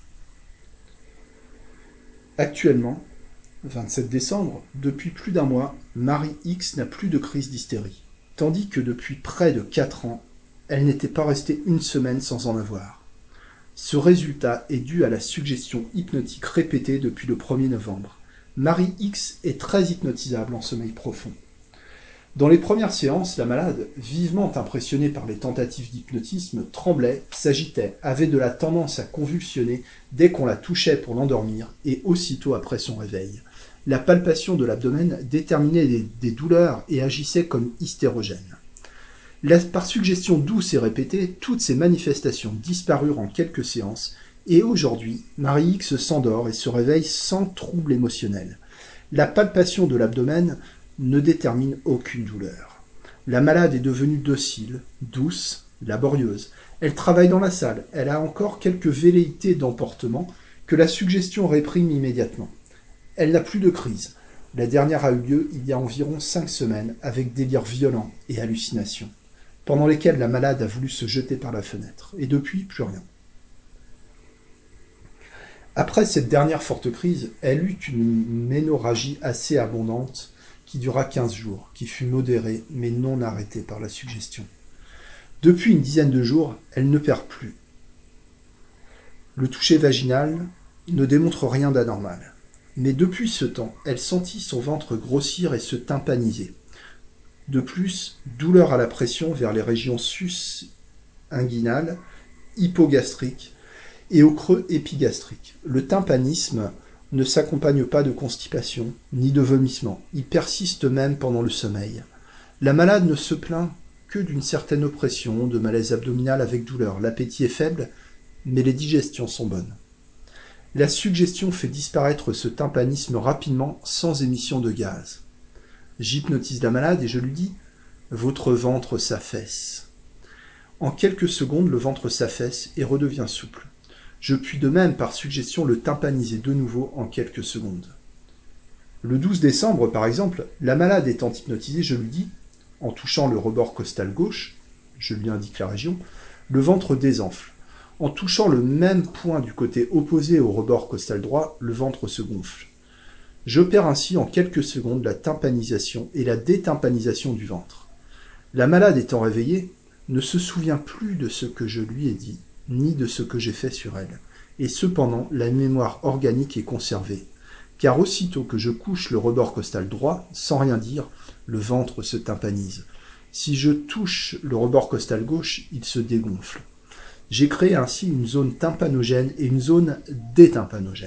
Actuellement, vingt-sept décembre, depuis plus d'un mois, Marie X n'a plus de crise d'hystérie, tandis que depuis près de quatre ans, elle n'était pas restée une semaine sans en avoir. Ce résultat est dû à la suggestion hypnotique répétée depuis le premier novembre. Marie X est très hypnotisable en sommeil profond. Dans les premières séances, la malade, vivement impressionnée par les tentatives d'hypnotisme, tremblait, s'agitait, avait de la tendance à convulsionner dès qu'on la touchait pour l'endormir et aussitôt après son réveil. La palpation de l'abdomen déterminait des, des douleurs et agissait comme hystérogène. La, par suggestion douce et répétée, toutes ces manifestations disparurent en quelques séances et aujourd'hui, Marie X s'endort et se réveille sans trouble émotionnel. La palpation de l'abdomen ne détermine aucune douleur. La malade est devenue docile, douce, laborieuse. Elle travaille dans la salle. Elle a encore quelques velléités d'emportement que la suggestion réprime immédiatement. Elle n'a plus de crise. La dernière a eu lieu il y a environ cinq semaines avec délires violents et hallucinations, pendant lesquels la malade a voulu se jeter par la fenêtre. Et depuis, plus rien. Après cette dernière forte crise, elle eut une ménorrhagie assez abondante qui dura quinze jours, qui fut modérée mais non arrêtée par la suggestion. Depuis une dizaine de jours, elle ne perd plus. Le toucher vaginal ne démontre rien d'anormal. Mais depuis ce temps, elle sentit son ventre grossir et se tympaniser. De plus, douleur à la pression vers les régions sus-inguinales, hypogastriques et au creux épigastrique. Le tympanisme ne s'accompagne pas de constipation, ni de vomissement. Il persiste même pendant le sommeil. La malade ne se plaint que d'une certaine oppression, de malaise abdominal avec douleur. L'appétit est faible, mais les digestions sont bonnes. La suggestion fait disparaître ce tympanisme rapidement, sans émission de gaz. J'hypnotise la malade et je lui dis « Votre ventre s'affaisse ». En quelques secondes, le ventre s'affaisse et redevient souple. Je puis de même, par suggestion, le tympaniser de nouveau en quelques secondes. Le douze décembre, par exemple, la malade étant hypnotisée, je lui dis, en touchant le rebord costal gauche, je lui indique la région, le ventre désenfle. En touchant le même point du côté opposé au rebord costal droit, le ventre se gonfle. J'opère ainsi en quelques secondes la tympanisation et la détympanisation du ventre. La malade étant réveillée, ne se souvient plus de ce que je lui ai dit, ni de ce que j'ai fait sur elle. Et cependant, la mémoire organique est conservée. Car aussitôt que je couche le rebord costal droit, sans rien dire, le ventre se tympanise. Si je touche le rebord costal gauche, il se dégonfle. J'ai créé ainsi une zone tympanogène et une zone détympanogène.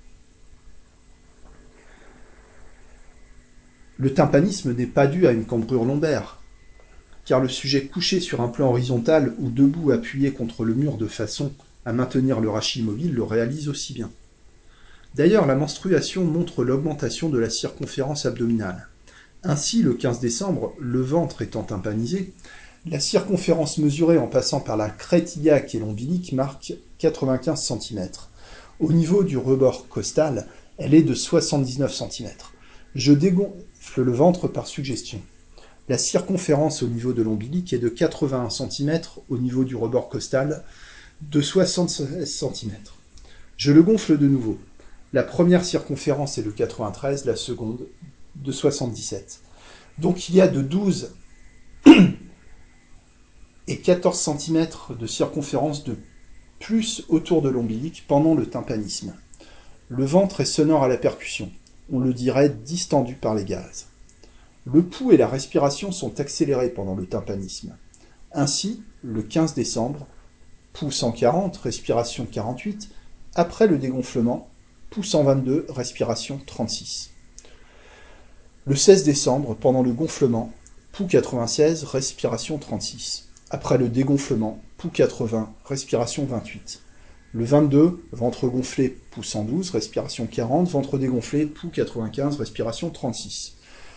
Le tympanisme n'est pas dû à une cambrure lombaire, car le sujet couché sur un plan horizontal ou debout appuyé contre le mur de façon à maintenir le rachis mobile le réalise aussi bien. D'ailleurs, la menstruation montre l'augmentation de la circonférence abdominale. Ainsi, le quinze décembre, le ventre étant tympanisé, la circonférence mesurée en passant par la crête iliaque et l'ombilique marque quatre-vingt-quinze centimètres. Au niveau du rebord costal, elle est de soixante-dix-neuf centimètres. Je dégonfle le ventre par suggestion. La circonférence au niveau de l'ombilique est de quatre-vingt-un centimètres, au niveau du rebord costal de soixante-seize centimètres. Je le gonfle de nouveau. La première circonférence est de quatre-vingt-treize, la seconde de soixante-dix-sept. Donc il y a de douze et quatorze centimètres de circonférence de plus autour de l'ombilic pendant le tympanisme. Le ventre est sonore à la percussion, on le dirait distendu par les gaz. Le pouls et la respiration sont accélérés pendant le tympanisme. Ainsi, le quinze décembre, pouls cent quarante, respiration quarante-huit, après le dégonflement, pouls cent vingt-deux, respiration trente-six. Le seize décembre, pendant le gonflement, pouls quatre-vingt-seize, respiration trente-six. Après le dégonflement, pouls quatre-vingts, respiration vingt-huit. Le vingt-deux, ventre gonflé, pouls cent douze, respiration quarante, ventre dégonflé, pouls quatre-vingt-quinze, respiration trente-six.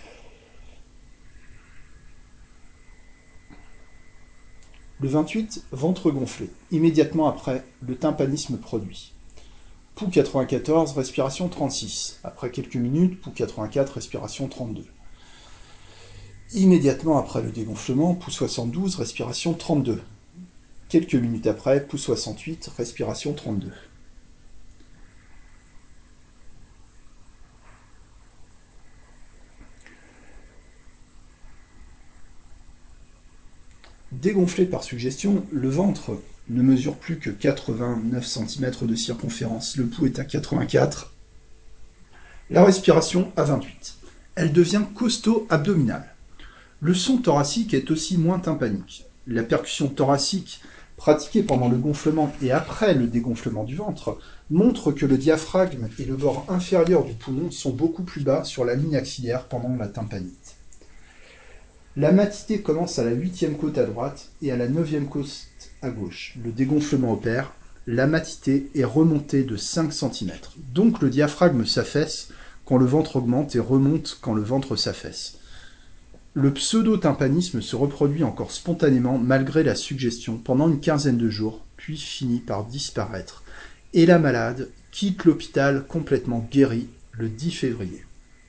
Le vingt-huit, ventre gonflé, immédiatement après le tympanisme produit. Pouls quatre-vingt-quatorze, respiration trente-six. Après quelques minutes, pouls quatre-vingt-quatre, respiration trente-deux. Immédiatement après le dégonflement, pouls soixante-douze, respiration trente-deux. Quelques minutes après, pouls soixante-huit, respiration trente-deux. Dégonflé par suggestion, le ventre ne mesure plus que quatre-vingt-neuf centimètres de circonférence. Le pouls est à quatre-vingt-quatre. La respiration à vingt-huit. Elle devient costaud abdominal. Le son thoracique est aussi moins tympanique. La percussion thoracique pratiquée pendant le gonflement et après le dégonflement du ventre montre que le diaphragme et le bord inférieur du poumon sont beaucoup plus bas sur la ligne axillaire pendant la tympanite. La matité commence à la huitième côte à droite et à la neuvième côte à gauche. Le dégonflement opère, la matité est remontée de cinq centimètres. Donc le diaphragme s'affaisse quand le ventre augmente et remonte quand le ventre s'affaisse. Le pseudo-tympanisme se reproduit encore spontanément malgré la suggestion pendant une quinzaine de jours, puis finit par disparaître. Et la malade quitte l'hôpital complètement guérie le dix février.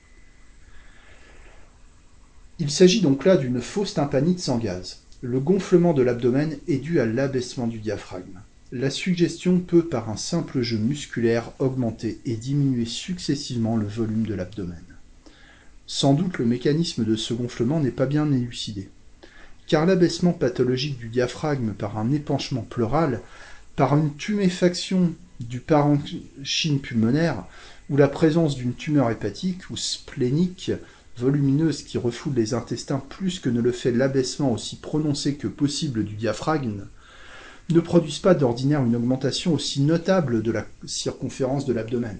Il s'agit donc là d'une fausse tympanite sans gaz. Le gonflement de l'abdomen est dû à l'abaissement du diaphragme. La suggestion peut, par un simple jeu musculaire, augmenter et diminuer successivement le volume de l'abdomen. Sans doute le mécanisme de ce gonflement n'est pas bien élucidé, car l'abaissement pathologique du diaphragme par un épanchement pleural, par une tuméfaction du parenchyme pulmonaire, ou la présence d'une tumeur hépatique ou splénique volumineuse qui refoule les intestins plus que ne le fait l'abaissement aussi prononcé que possible du diaphragme, ne produisent pas d'ordinaire une augmentation aussi notable de la circonférence de l'abdomen.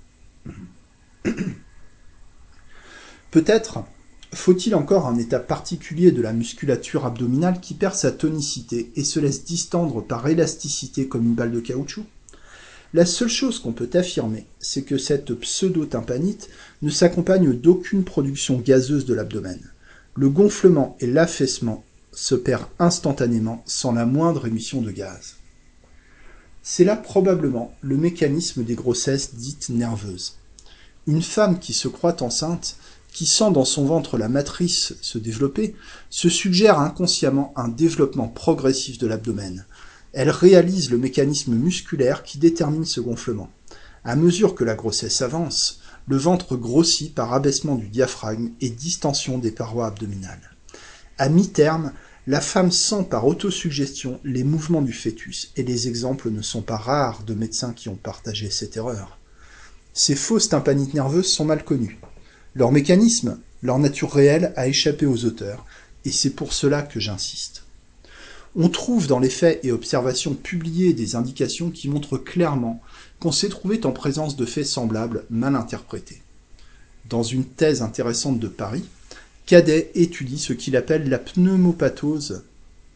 Peut-être faut-il encore un état particulier de la musculature abdominale qui perd sa tonicité et se laisse distendre par élasticité comme une balle de caoutchouc? La seule chose qu'on peut affirmer, c'est que cette pseudo-tympanite ne s'accompagne d'aucune production gazeuse de l'abdomen. Le gonflement et l'affaissement se perdent instantanément sans la moindre émission de gaz. C'est là probablement le mécanisme des grossesses dites nerveuses. Une femme qui se croit enceinte, qui sent dans son ventre la matrice se développer, se suggère inconsciemment un développement progressif de l'abdomen. Elle réalise le mécanisme musculaire qui détermine ce gonflement. À mesure que la grossesse avance, le ventre grossit par abaissement du diaphragme et distension des parois abdominales. À mi-terme, la femme sent par autosuggestion les mouvements du fœtus, et les exemples ne sont pas rares de médecins qui ont partagé cette erreur. Ces fausses tympanites nerveuses sont mal connues. Leur mécanisme, leur nature réelle a échappé aux auteurs, et c'est pour cela que j'insiste. On trouve dans les faits et observations publiées des indications qui montrent clairement qu'on s'est trouvé en présence de faits semblables mal interprétés. Dans une thèse intéressante de Paris, Cadet étudie ce qu'il appelle la pneumopatose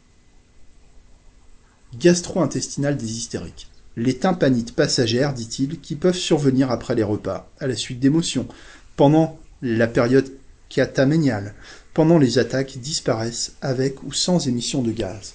gastro-intestinale des hystériques. Les tympanites passagères, dit-il, qui peuvent survenir après les repas, à la suite d'émotions, pendant la période cataméniale, pendant les attaques disparaissent avec ou sans émission de gaz.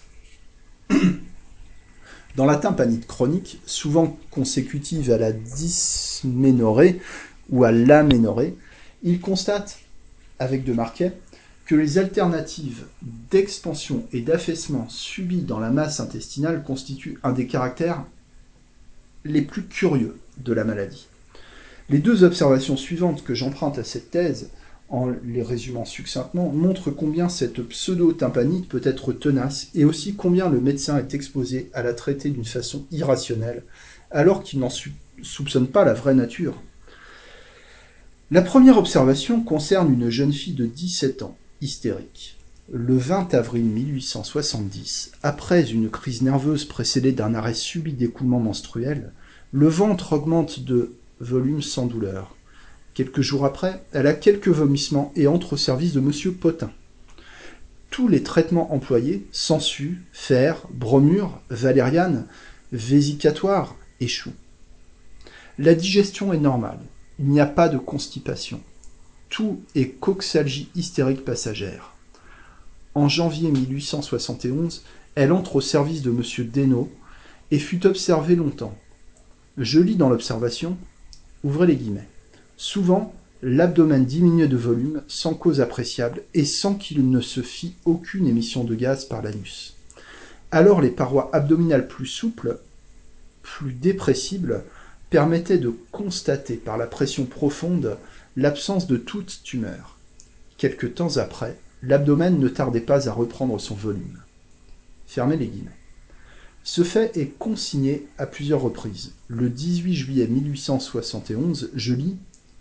Dans la tympanite chronique, souvent consécutive à la dysménorrhée ou à l'aménorrhée, il constate, avec de Marquet, que les alternatives d'expansion et d'affaissement subies dans la masse intestinale constituent un des caractères les plus curieux de la maladie. Les deux observations suivantes que j'emprunte à cette thèse en les résumant succinctement, montrent combien cette pseudo-tympanite peut être tenace et aussi combien le médecin est exposé à la traiter d'une façon irrationnelle, alors qu'il n'en soupçonne pas la vraie nature. La première observation concerne une jeune fille de dix-sept ans, hystérique. Le vingt avril mille huit cent soixante-dix, après une crise nerveuse précédée d'un arrêt subit d'écoulement menstruel, le ventre augmente de volume sans douleur. Quelques jours après, elle a quelques vomissements et entre au service de Monsieur Potin. Tous les traitements employés, sangsues, fer, bromure, valériane, vésicatoire, échouent. La digestion est normale. Il n'y a pas de constipation. Tout est coxalgie hystérique passagère. En janvier mille huit cent soixante et onze, elle entre au service de Monsieur Desnos et fut observée longtemps. Je lis dans l'observation, ouvrez les guillemets. Souvent, l'abdomen diminuait de volume sans cause appréciable et sans qu'il ne se fît aucune émission de gaz par l'anus. Alors les parois abdominales plus souples, plus dépressibles, permettaient de constater par la pression profonde l'absence de toute tumeur. Quelque temps après, l'abdomen ne tardait pas à reprendre son volume. Fermez les guillemets. Ce fait est consigné à plusieurs reprises. Le dix-huit juillet mille huit cent soixante et onze, je lis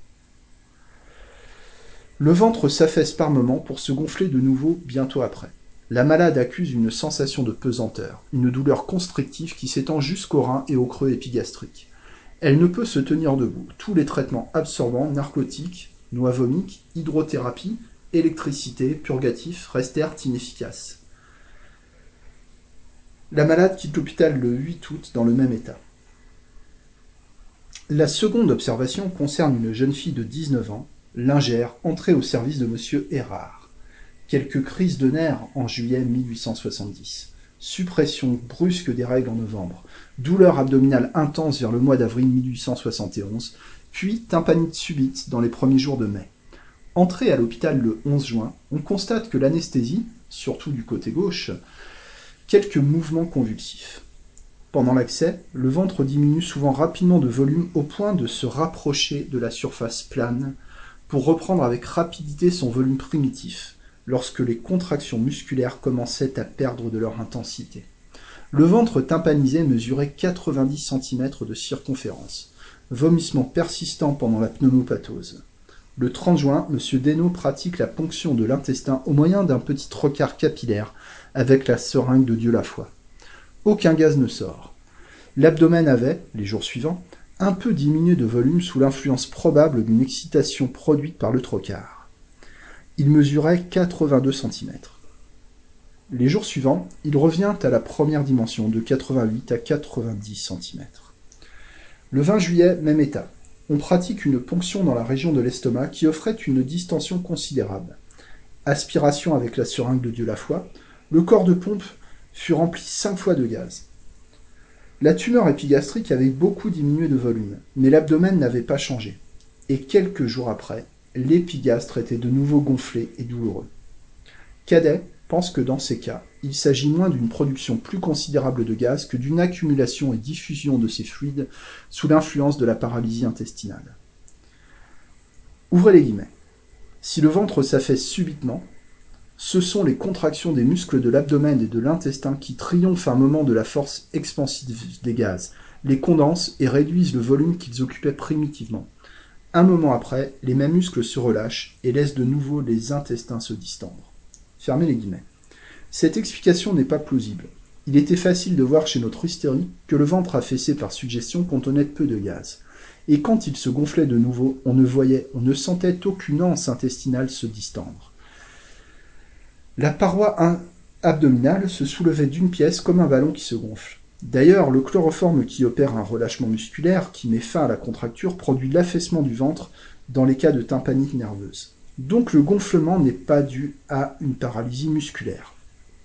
« Le ventre s'affaisse par moments pour se gonfler de nouveau bientôt après. La malade accuse une sensation de pesanteur, une douleur constrictive qui s'étend jusqu'au rein et au creux épigastrique. Elle ne peut se tenir debout. Tous les traitements absorbants, narcotiques, noix vomiques, hydrothérapie, électricité, purgatifs restèrent inefficaces. La malade quitte l'hôpital le huit août dans le même état. La seconde observation concerne une jeune fille de dix-neuf ans, lingère, entrée au service de Monsieur Erard. Quelques crises de nerfs en juillet mille huit cent soixante-dix. Suppression brusque des règles en novembre. Douleur abdominale intense vers le mois d'avril mille huit cent soixante et onze, puis tympanite subite dans les premiers jours de mai. Entrée à l'hôpital le onze juin, on constate que l'anesthésie, surtout du côté gauche, quelques mouvements convulsifs. Pendant l'accès, le ventre diminue souvent rapidement de volume au point de se rapprocher de la surface plane pour reprendre avec rapidité son volume primitif, lorsque les contractions musculaires commençaient à perdre de leur intensité. Le ventre tympanisé mesurait quatre-vingt-dix centimètres de circonférence. Vomissement persistant pendant la pneumopatose. Le trente juin, M. Desnos pratique la ponction de l'intestin au moyen d'un petit trocard capillaire avec la seringue de Dieu-la-foi. Aucun gaz ne sort. L'abdomen avait, les jours suivants, un peu diminué de volume sous l'influence probable d'une excitation produite par le trocard. Il mesurait quatre-vingt-deux centimètres. Les jours suivants, il revient à la première dimension de quatre-vingt-huit à quatre-vingt-dix centimètres. Le vingt juillet, même état. On pratique une ponction dans la région de l'estomac qui offrait une distension considérable. Aspiration avec la seringue de Dieu-la-foi, le corps de pompe fut rempli cinq fois de gaz. La tumeur épigastrique avait beaucoup diminué de volume, mais l'abdomen n'avait pas changé. Et quelques jours après, l'épigastre était de nouveau gonflé et douloureux. Cadet pense que dans ces cas, il s'agit moins d'une production plus considérable de gaz que d'une accumulation et diffusion de ces fluides sous l'influence de la paralysie intestinale. Ouvrez les guillemets. Si le ventre s'affaisse subitement, ce sont les contractions des muscles de l'abdomen et de l'intestin qui triomphent un moment de la force expansive des gaz, les condensent et réduisent le volume qu'ils occupaient primitivement. Un moment après, les mêmes muscles se relâchent et laissent de nouveau les intestins se distendre. Fermez les guillemets. Cette explication n'est pas plausible. Il était facile de voir chez notre hystérie que le ventre affaissé par suggestion contenait peu de gaz. Et quand il se gonflait de nouveau, on ne voyait, on ne sentait aucune anse intestinale se distendre. La paroi abdominale se soulevait d'une pièce comme un ballon qui se gonfle. D'ailleurs, le chloroforme qui opère un relâchement musculaire qui met fin à la contracture produit l'affaissement du ventre dans les cas de tympanite nerveuse. Donc le gonflement n'est pas dû à une paralysie musculaire.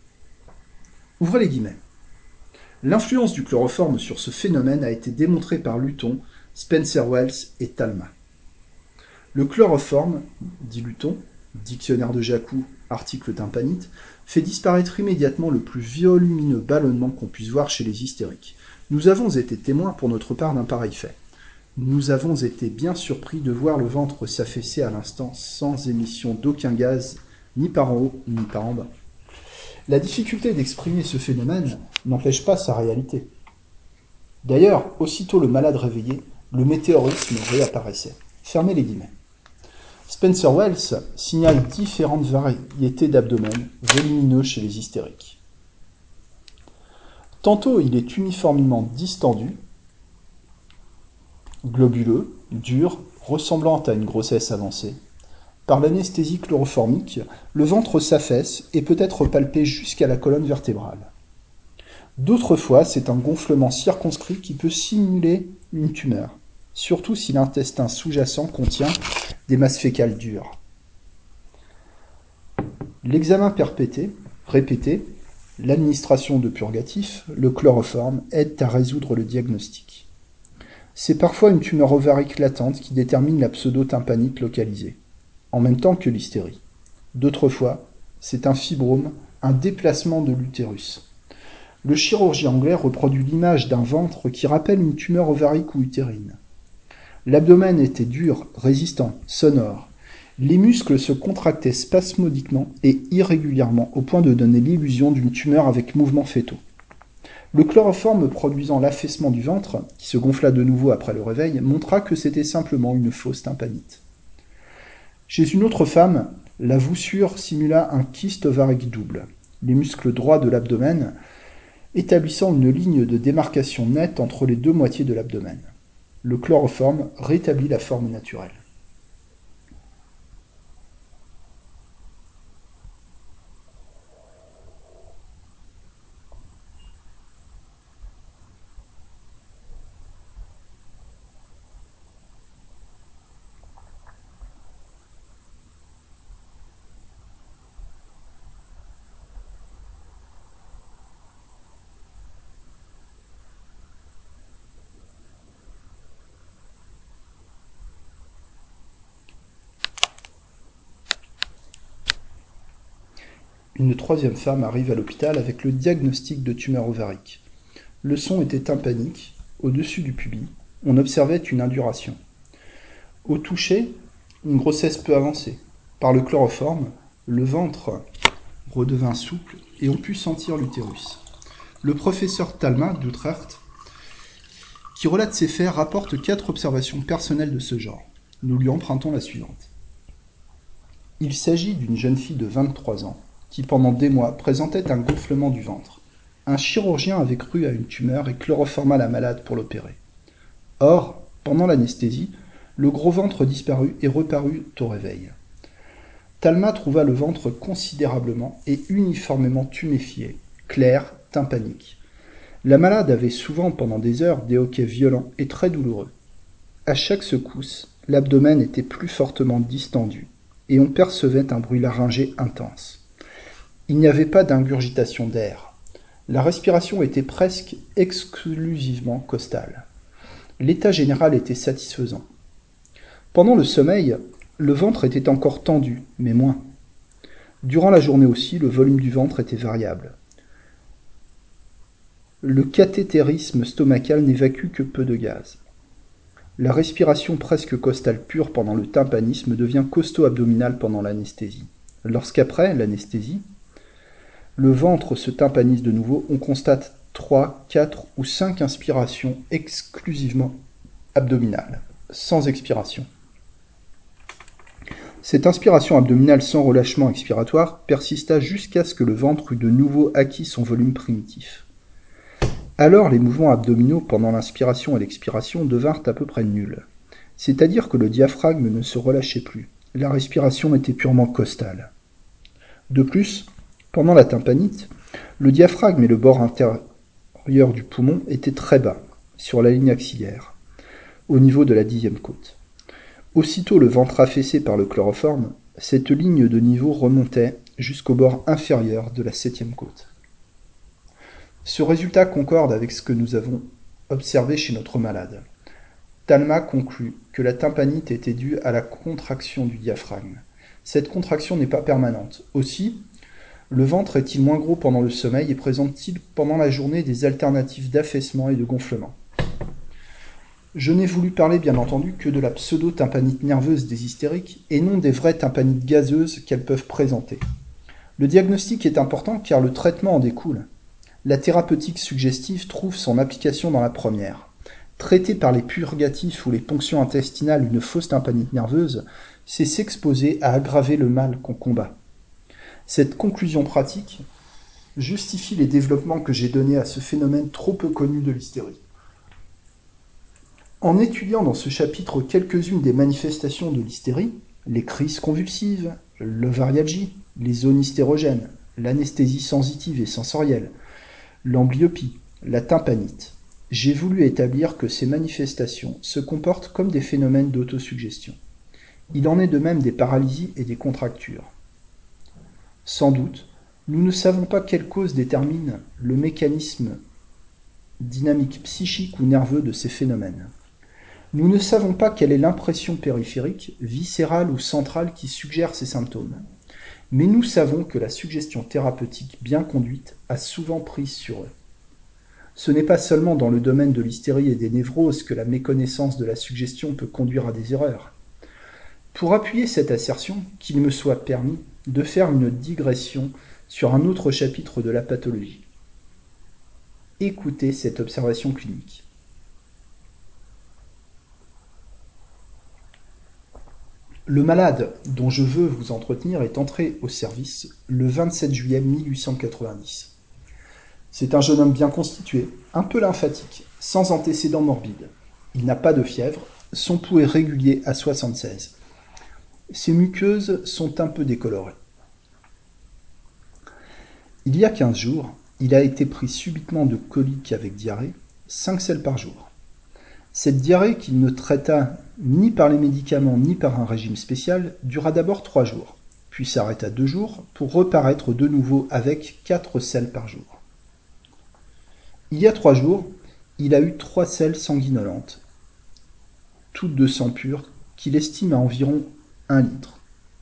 Ouvrez les guillemets. L'influence du chloroforme sur ce phénomène a été démontrée par Luton, Spencer-Wells et Talma. Le chloroforme, dit Luton, dictionnaire de Jacou, article tympanite, fait disparaître immédiatement le plus volumineux ballonnement qu'on puisse voir chez les hystériques. Nous avons été témoins pour notre part d'un pareil fait. Nous avons été bien surpris de voir le ventre s'affaisser à l'instant sans émission d'aucun gaz, ni par en haut, ni par en bas. La difficulté d'exprimer ce phénomène n'empêche pas sa réalité. D'ailleurs, aussitôt le malade réveillé, le météorisme réapparaissait. Fermez les guillemets. Spencer Wells signale différentes variétés d'abdomen volumineux chez les hystériques. Tantôt il est uniformément distendu, globuleux, dur, ressemblant à une grossesse avancée. Par l'anesthésie chloroformique, le ventre s'affaisse et peut être palpé jusqu'à la colonne vertébrale. D'autres fois, c'est un gonflement circonscrit qui peut simuler une tumeur, surtout si l'intestin sous-jacent contient des masses fécales dures. L'examen perpété, répété, l'administration de purgatifs, le chloroforme aident à résoudre le diagnostic. C'est parfois une tumeur ovarique latente qui détermine la pseudo-tympanite localisée, en même temps que l'hystérie. D'autres fois, c'est un fibrome, un déplacement de l'utérus. Le chirurgien anglais reproduit l'image d'un ventre qui rappelle une tumeur ovarique ou utérine. L'abdomen était dur, résistant, sonore. Les muscles se contractaient spasmodiquement et irrégulièrement au point de donner l'illusion d'une tumeur avec mouvements fœtaux. Le chloroforme produisant l'affaissement du ventre, qui se gonfla de nouveau après le réveil, montra que c'était simplement une fausse tympanite. Chez une autre femme, la voussure simula un kyste ovarique double, les muscles droits de l'abdomen établissant une ligne de démarcation nette entre les deux moitiés de l'abdomen. Le chloroforme rétablit la forme naturelle. Une troisième femme arrive à l'hôpital avec le diagnostic de tumeur ovarique. Le son était tympanique, au-dessus du pubis, on observait une induration. Au toucher, une grossesse peu avancée. Par le chloroforme, le ventre redevint souple et on put sentir l'utérus. Le professeur Talma d'Utrecht, qui relate ces faits, rapporte quatre observations personnelles de ce genre. Nous lui empruntons la suivante. Il s'agit d'une jeune fille de vingt-trois ans, qui pendant des mois présentait un gonflement du ventre. Un chirurgien avait cru à une tumeur et chloroforma la malade pour l'opérer. Or, pendant l'anesthésie, le gros ventre disparut et reparut au réveil. Talma trouva le ventre considérablement et uniformément tuméfié, clair, tympanique. La malade avait souvent pendant des heures des hoquets violents et très douloureux. À chaque secousse, l'abdomen était plus fortement distendu et on percevait un bruit laryngé intense. Il n'y avait pas d'ingurgitation d'air. La respiration était presque exclusivement costale. L'état général était satisfaisant. Pendant le sommeil, le ventre était encore tendu, mais moins. Durant la journée aussi, le volume du ventre était variable. Le cathétérisme stomacal n'évacue que peu de gaz. La respiration presque costale pure pendant le tympanisme devient costo-abdominale pendant l'anesthésie. Lorsqu'après l'anesthésie, le ventre se tympanise de nouveau, on constate trois, quatre ou cinq inspirations exclusivement abdominales, sans expiration. Cette inspiration abdominale sans relâchement expiratoire persista jusqu'à ce que le ventre eût de nouveau acquis son volume primitif. Alors les mouvements abdominaux pendant l'inspiration et l'expiration devinrent à peu près nuls. C'est-à-dire que le diaphragme ne se relâchait plus. La respiration était purement costale. De plus, pendant la tympanite, le diaphragme et le bord intérieur du poumon étaient très bas, sur la ligne axillaire, au niveau de la dixième côte. Aussitôt le ventre affaissé par le chloroforme, cette ligne de niveau remontait jusqu'au bord inférieur de la septième côte. Ce résultat concorde avec ce que nous avons observé chez notre malade. Talma conclut que la tympanite était due à la contraction du diaphragme. Cette contraction n'est pas permanente. Aussi, le ventre est-il moins gros pendant le sommeil et présente-t-il pendant la journée des alternatives d'affaissement et de gonflement? Je n'ai voulu parler bien entendu que de la pseudo-tympanite nerveuse des hystériques et non des vraies tympanites gazeuses qu'elles peuvent présenter. Le diagnostic est important car le traitement en découle. La thérapeutique suggestive trouve son application dans la première. Traiter par les purgatifs ou les ponctions intestinales une fausse tympanite nerveuse, c'est s'exposer à aggraver le mal qu'on combat. Cette conclusion pratique justifie les développements que j'ai donnés à ce phénomène trop peu connu de l'hystérie. En étudiant dans ce chapitre quelques-unes des manifestations de l'hystérie, les crises convulsives, l'ovarialgie, les zones hystérogènes, l'anesthésie sensitive et sensorielle, l'amblyopie, la tympanite, j'ai voulu établir que ces manifestations se comportent comme des phénomènes d'autosuggestion. Il en est de même des paralysies et des contractures. Sans doute, nous ne savons pas quelle cause détermine le mécanisme dynamique psychique ou nerveux de ces phénomènes. Nous ne savons pas quelle est l'impression périphérique, viscérale ou centrale qui suggère ces symptômes. Mais nous savons que la suggestion thérapeutique bien conduite a souvent prise sur eux. Ce n'est pas seulement dans le domaine de l'hystérie et des névroses que la méconnaissance de la suggestion peut conduire à des erreurs. Pour appuyer cette assertion, qu'il me soit permis de faire une digression sur un autre chapitre de la pathologie. Écoutez cette observation clinique. Le malade dont je veux vous entretenir est entré au service le vingt-sept juillet mille huit cent quatre-vingt-dix. C'est un jeune homme bien constitué, un peu lymphatique, sans antécédents morbides. Il n'a pas de fièvre, son pouls est régulier à soixante-seize. Ses muqueuses sont un peu décolorées. Il y a quinze jours, il a été pris subitement de coliques avec diarrhée, cinq selles par jour. Cette diarrhée, qu'il ne traita ni par les médicaments ni par un régime spécial, dura d'abord trois jours, puis s'arrêta deux jours pour reparaître de nouveau avec quatre selles par jour. Il y a trois jours, il a eu trois selles sanguinolentes, toutes de sang pur, qu'il estime à environ un litre.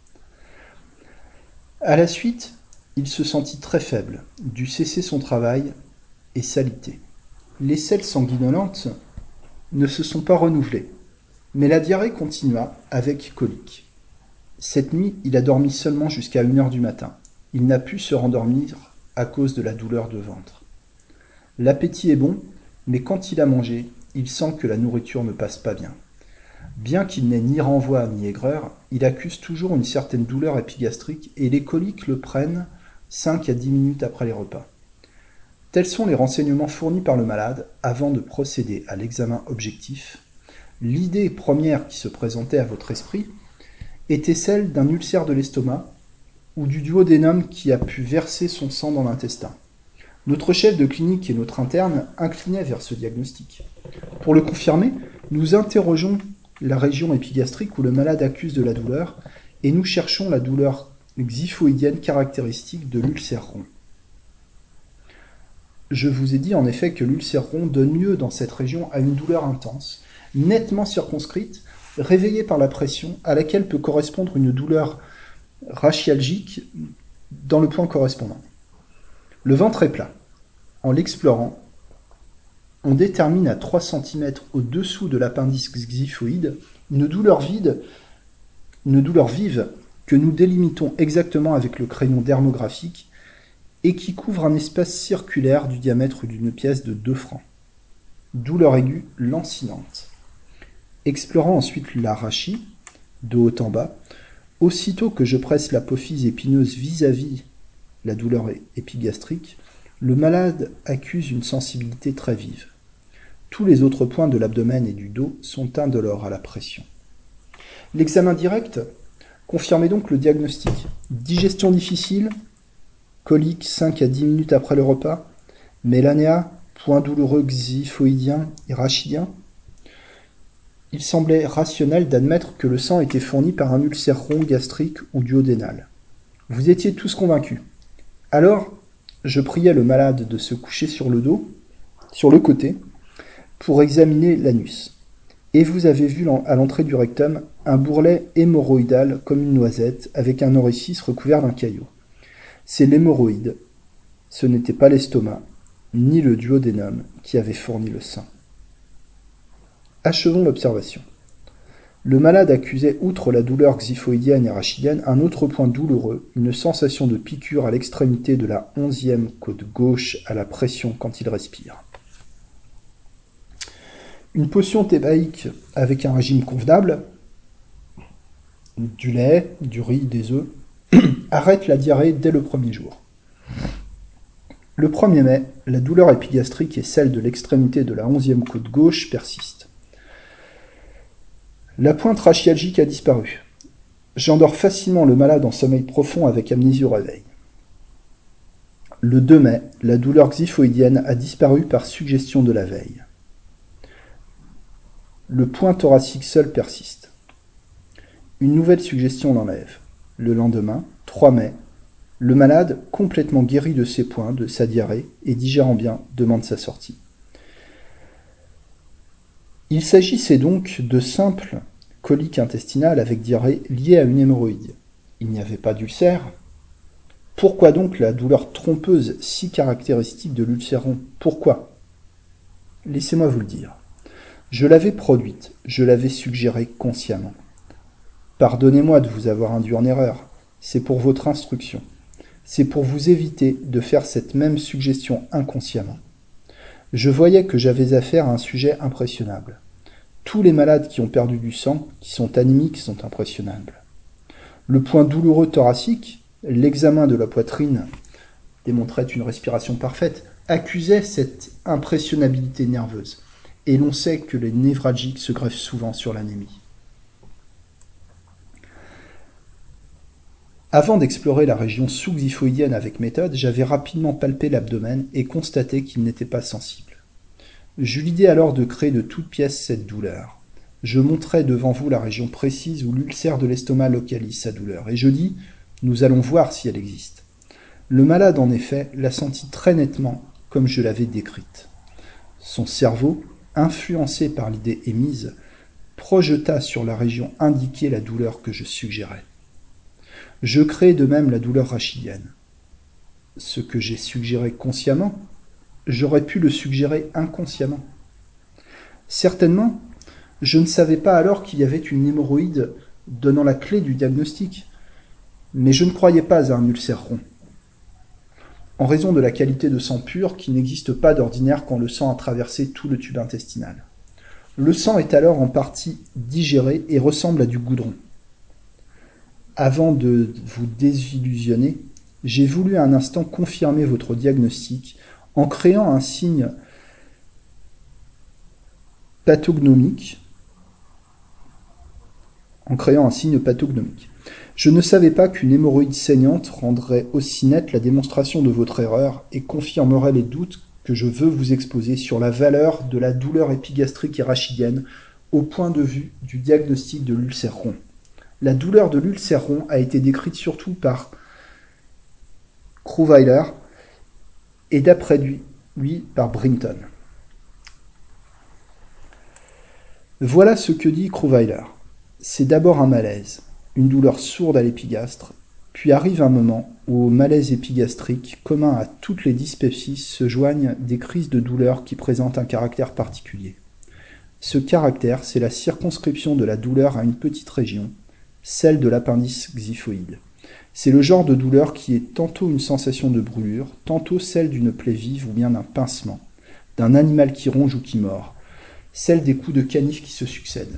À la suite, il se sentit très faible, dut cesser son travail et s'aliter. Les selles sanguinolentes ne se sont pas renouvelées, mais la diarrhée continua avec coliques. Cette nuit, il a dormi seulement jusqu'à une heure du matin. Il n'a pu se rendormir à cause de la douleur de ventre. L'appétit est bon, mais quand il a mangé, il sent que la nourriture ne passe pas bien. Bien qu'il n'ait ni renvoi ni aigreur, il accuse toujours une certaine douleur épigastrique et les coliques le prennent cinq à dix minutes après les repas. Tels sont les renseignements fournis par le malade avant de procéder à l'examen objectif. L'idée première qui se présentait à votre esprit était celle d'un ulcère de l'estomac ou du duodénum qui a pu verser son sang dans l'intestin. Notre chef de clinique et notre interne inclinaient vers ce diagnostic. Pour le confirmer, nous interrogeons la région épigastrique où le malade accuse de la douleur et nous cherchons la douleur xiphoïdienne caractéristique de l'ulcère rond. Je vous ai dit en effet que l'ulcère rond donne lieu dans cette région à une douleur intense, nettement circonscrite, réveillée par la pression, à laquelle peut correspondre une douleur rachialgique dans le point correspondant. Le ventre est plat. En l'explorant, on détermine à trois centimètres au-dessous de l'appendice xiphoïde une douleur vide, une douleur vive que nous délimitons exactement avec le crayon dermographique et qui couvre un espace circulaire du diamètre d'une pièce de deux francs. Douleur aiguë lancinante. Explorant ensuite l'arachie, de haut en bas, aussitôt que je presse l'apophyse épineuse vis-à-vis la douleur épigastrique, le malade accuse une sensibilité très vive. Tous les autres points de l'abdomen et du dos sont indolores à la pression. L'examen direct confirmait donc le diagnostic. Digestion difficile, colique cinq à dix minutes après le repas, mélanéa, point douloureux xiphoïdien et rachidien. Il semblait rationnel d'admettre que le sang était fourni par un ulcère rond gastrique ou duodénal. Vous étiez tous convaincus. Alors, je priais le malade de se coucher sur le dos, sur le côté, pour examiner l'anus. Et vous avez vu à l'entrée du rectum un bourrelet hémorroïdal comme une noisette avec un orifice recouvert d'un caillot. C'est l'hémorroïde. Ce n'était pas l'estomac, ni le duodénum qui avait fourni le sang. Achevons l'observation. Le malade accusait, outre la douleur xiphoïdienne et rachidienne, un autre point douloureux, une sensation de piqûre à l'extrémité de la onzième côte gauche à la pression quand il respire. Une potion thébaïque avec un régime convenable, du lait, du riz, des œufs, arrête la diarrhée dès le premier jour. Le premier mai, la douleur épigastrique et celle de l'extrémité de la onzième côte gauche persistent. La pointe rachialgique a disparu. J'endors facilement le malade en sommeil profond avec amnésie au réveil. Le deux mai, la douleur xiphoïdienne a disparu par suggestion de la veille. Le point thoracique seul persiste. Une nouvelle suggestion l'enlève. Le lendemain, trois mai, le malade, complètement guéri de ses points, de sa diarrhée, et digérant bien, demande sa sortie. Il s'agissait donc de simples coliques intestinales avec diarrhée liées à une hémorroïde. Il n'y avait pas d'ulcère. Pourquoi donc la douleur trompeuse si caractéristique de l'ulcère rond? Pourquoi? Laissez-moi vous le dire. Je l'avais produite, je l'avais suggérée consciemment. Pardonnez-moi de vous avoir induit en erreur, c'est pour votre instruction. C'est pour vous éviter de faire cette même suggestion inconsciemment. Je voyais que j'avais affaire à un sujet impressionnable. Tous les malades qui ont perdu du sang, qui sont anémiques, sont impressionnables. Le point douloureux thoracique, l'examen de la poitrine démontrait une respiration parfaite, accusait cette impressionnabilité nerveuse. Et l'on sait que les névralgiques se greffent souvent sur l'anémie. Avant d'explorer la région sous-xiphoïdienne avec méthode, j'avais rapidement palpé l'abdomen et constaté qu'il n'était pas sensible. J'eus l'idée alors de créer de toutes pièces cette douleur. Je montrai devant vous la région précise où l'ulcère de l'estomac localise sa douleur, et je dis, nous allons voir si elle existe. Le malade, en effet, la sentit très nettement, comme je l'avais décrite. Son cerveau, influencé par l'idée émise, projeta sur la région indiquée la douleur que je suggérais. Je créai de même la douleur rachidienne. Ce que j'ai suggéré consciemment, j'aurais pu le suggérer inconsciemment. Certainement, je ne savais pas alors qu'il y avait une hémorroïde donnant la clé du diagnostic, mais je ne croyais pas à un ulcère rond. En raison de la qualité de sang pur qui n'existe pas d'ordinaire quand le sang a traversé tout le tube intestinal. Le sang est alors en partie digéré et ressemble à du goudron. Avant de vous désillusionner, j'ai voulu un instant confirmer votre diagnostic en créant un signe pathognomique. En créant un signe pathognomique. Je ne savais pas qu'une hémorroïde saignante rendrait aussi nette la démonstration de votre erreur et confirmerait les doutes que je veux vous exposer sur la valeur de la douleur épigastrique et rachidienne au point de vue du diagnostic de l'ulcère rond. La douleur de l'ulcère rond a été décrite surtout par Krühweiler et d'après lui, lui par Brinton. Voilà ce que dit Krühweiler. C'est d'abord un malaise, une douleur sourde à l'épigastre, puis arrive un moment où au malaise épigastrique, commun à toutes les dyspepsies, se joignent des crises de douleur qui présentent un caractère particulier. Ce caractère, c'est la circonscription de la douleur à une petite région, celle de l'appendice xiphoïde. C'est le genre de douleur qui est tantôt une sensation de brûlure, tantôt celle d'une plaie vive ou bien d'un pincement, d'un animal qui ronge ou qui mord, celle des coups de canif qui se succèdent.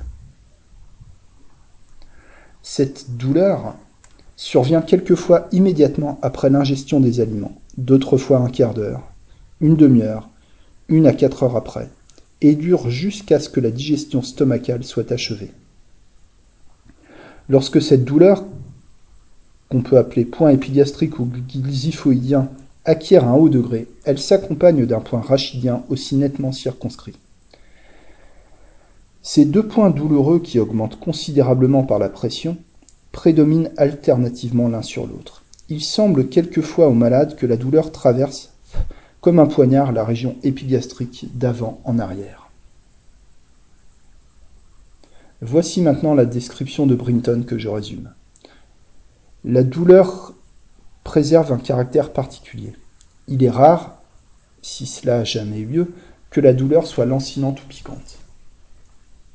Cette douleur survient quelquefois immédiatement après l'ingestion des aliments, d'autres fois un quart d'heure, une demi-heure, une à quatre heures après, et dure jusqu'à ce que la digestion stomacale soit achevée. Lorsque cette douleur, qu'on peut appeler point épigastrique ou xiphoïdien, acquiert un haut degré, elle s'accompagne d'un point rachidien aussi nettement circonscrit. Ces deux points douloureux qui augmentent considérablement par la pression prédominent alternativement l'un sur l'autre. Il semble quelquefois au malade que la douleur traverse comme un poignard la région épigastrique d'avant en arrière. Voici maintenant la description de Brinton que je résume. La douleur préserve un caractère particulier. Il est rare, si cela a jamais eu lieu, que la douleur soit lancinante ou piquante.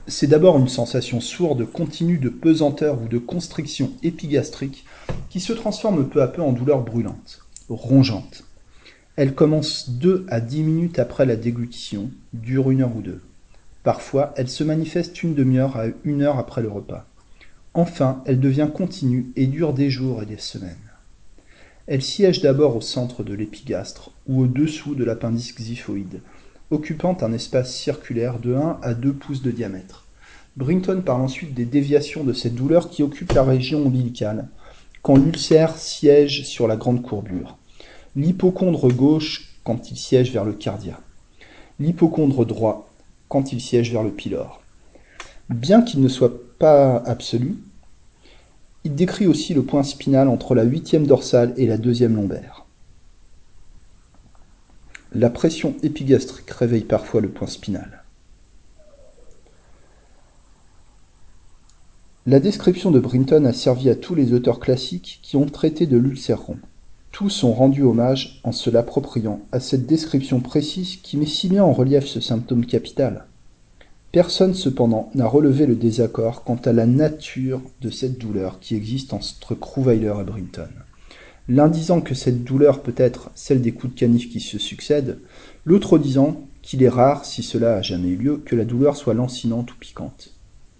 C'est d'abord une sensation sourde continue de pesanteur ou de constriction épigastrique qui se transforme peu à peu en douleur brûlante, rongeante. Elle commence deux à dix minutes après la déglutition, dure une heure ou deux. Parfois, elle se manifeste une demi-heure à une heure après le repas. Enfin, elle devient continue et dure des jours et des semaines. Elle siège d'abord au centre de l'épigastre ou au-dessous de l'appendice xiphoïde, occupant un espace circulaire de un à deux pouces de diamètre. Brinton parle ensuite des déviations de cette douleur qui occupe la région ombilicale, quand l'ulcère siège sur la grande courbure. L'hypochondre gauche quand il siège vers le cardia. L'hypochondre droit quand il siège vers le pylore. Bien qu'il ne soit pas absolu, il décrit aussi le point spinal entre la huitième dorsale et la deuxième lombaire. La pression épigastrique réveille parfois le point spinal. La description de Brinton a servi à tous les auteurs classiques qui ont traité de l'ulcère rond. Tous ont rendu hommage en se l'appropriant à cette description précise qui met si bien en relief ce symptôme capital. Personne cependant n'a relevé le désaccord quant à la nature de cette douleur qui existe entre Krühweiler et Brinton. L'un disant que cette douleur peut être celle des coups de canif qui se succèdent, l'autre disant qu'il est rare, si cela a jamais eu lieu, que la douleur soit lancinante ou piquante.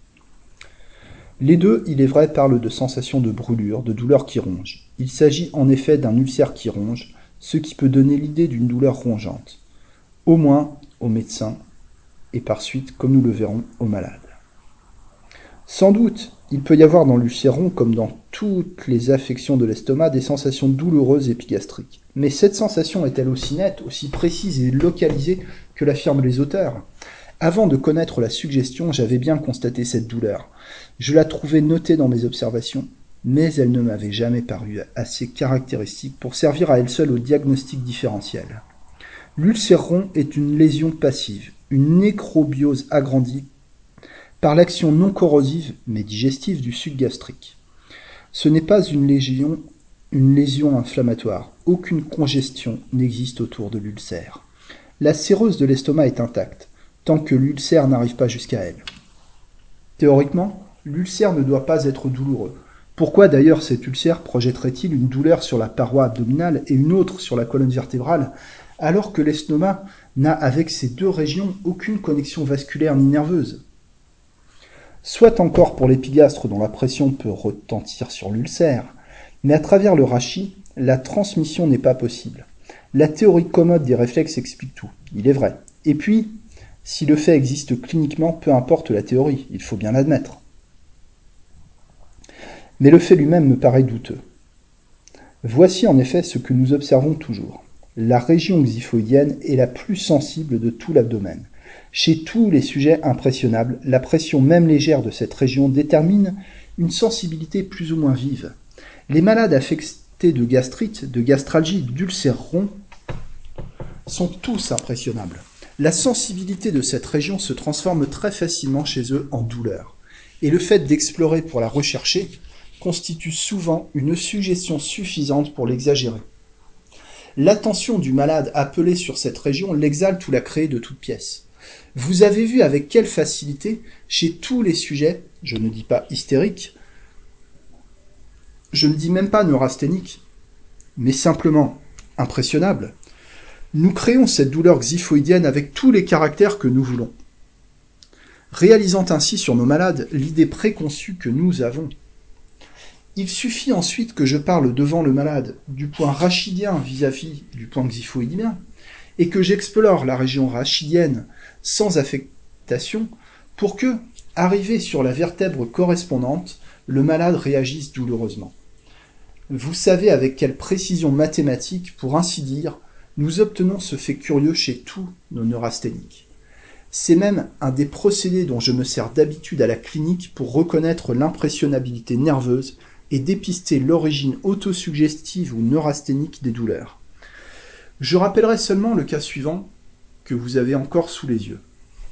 Les deux, il est vrai, parlent de sensations de brûlure, de douleur qui ronge. Il s'agit en effet d'un ulcère qui ronge, ce qui peut donner l'idée d'une douleur rongeante, au moins au médecin, et par suite, comme nous le verrons, aux malades. Sans doute, il peut y avoir dans l'ulcère rond, comme dans toutes les affections de l'estomac, des sensations douloureuses épigastriques. Mais cette sensation est-elle aussi nette, aussi précise et localisée que l'affirment les auteurs ? Avant de connaître la suggestion, j'avais bien constaté cette douleur. Je la trouvais notée dans mes observations, mais elle ne m'avait jamais paru assez caractéristique pour servir à elle seule au diagnostic différentiel. L'ulcère rond est une lésion passive, une nécrobiose agrandie par l'action non corrosive mais digestive du suc gastrique. Ce n'est pas une lésion, une lésion inflammatoire. Aucune congestion n'existe autour de l'ulcère. La séreuse de l'estomac est intacte, tant que l'ulcère n'arrive pas jusqu'à elle. Théoriquement, l'ulcère ne doit pas être douloureux. Pourquoi d'ailleurs cet ulcère projetterait-il une douleur sur la paroi abdominale et une autre sur la colonne vertébrale, alors que l'estomac n'a avec ces deux régions aucune connexion vasculaire ni nerveuse ? Soit encore pour l'épigastre dont la pression peut retentir sur l'ulcère, mais à travers le rachis, la transmission n'est pas possible. La théorie commode des réflexes explique tout, il est vrai. Et puis, si le fait existe cliniquement, peu importe la théorie, il faut bien l'admettre. Mais le fait lui-même me paraît douteux. Voici en effet ce que nous observons toujours. La région xiphoïdienne est la plus sensible de tout l'abdomen. Chez tous les sujets impressionnables, la pression même légère de cette région détermine une sensibilité plus ou moins vive. Les malades affectés de gastrite, de gastralgie, d'ulcères ronds sont tous impressionnables. La sensibilité de cette région se transforme très facilement chez eux en douleur. Et le fait d'explorer pour la rechercher constitue souvent une suggestion suffisante pour l'exagérer. L'attention du malade appelé sur cette région l'exalte ou la crée de toutes pièces. Vous avez vu avec quelle facilité, chez tous les sujets, je ne dis pas hystériques, je ne dis même pas neurasthéniques, mais simplement impressionnables, nous créons cette douleur xiphoïdienne avec tous les caractères que nous voulons, réalisant ainsi sur nos malades l'idée préconçue que nous avons. Il suffit ensuite que je parle devant le malade du point rachidien vis-à-vis du point xiphoïdien, et que j'explore la région rachidienne sans affectation pour que, arrivé sur la vertèbre correspondante, le malade réagisse douloureusement. Vous savez avec quelle précision mathématique, pour ainsi dire, nous obtenons ce fait curieux chez tous nos neurasthéniques. C'est même un des procédés dont je me sers d'habitude à la clinique pour reconnaître l'impressionnabilité nerveuse et dépister l'origine autosuggestive ou neurasthénique des douleurs. Je rappellerai seulement le cas suivant que vous avez encore sous les yeux.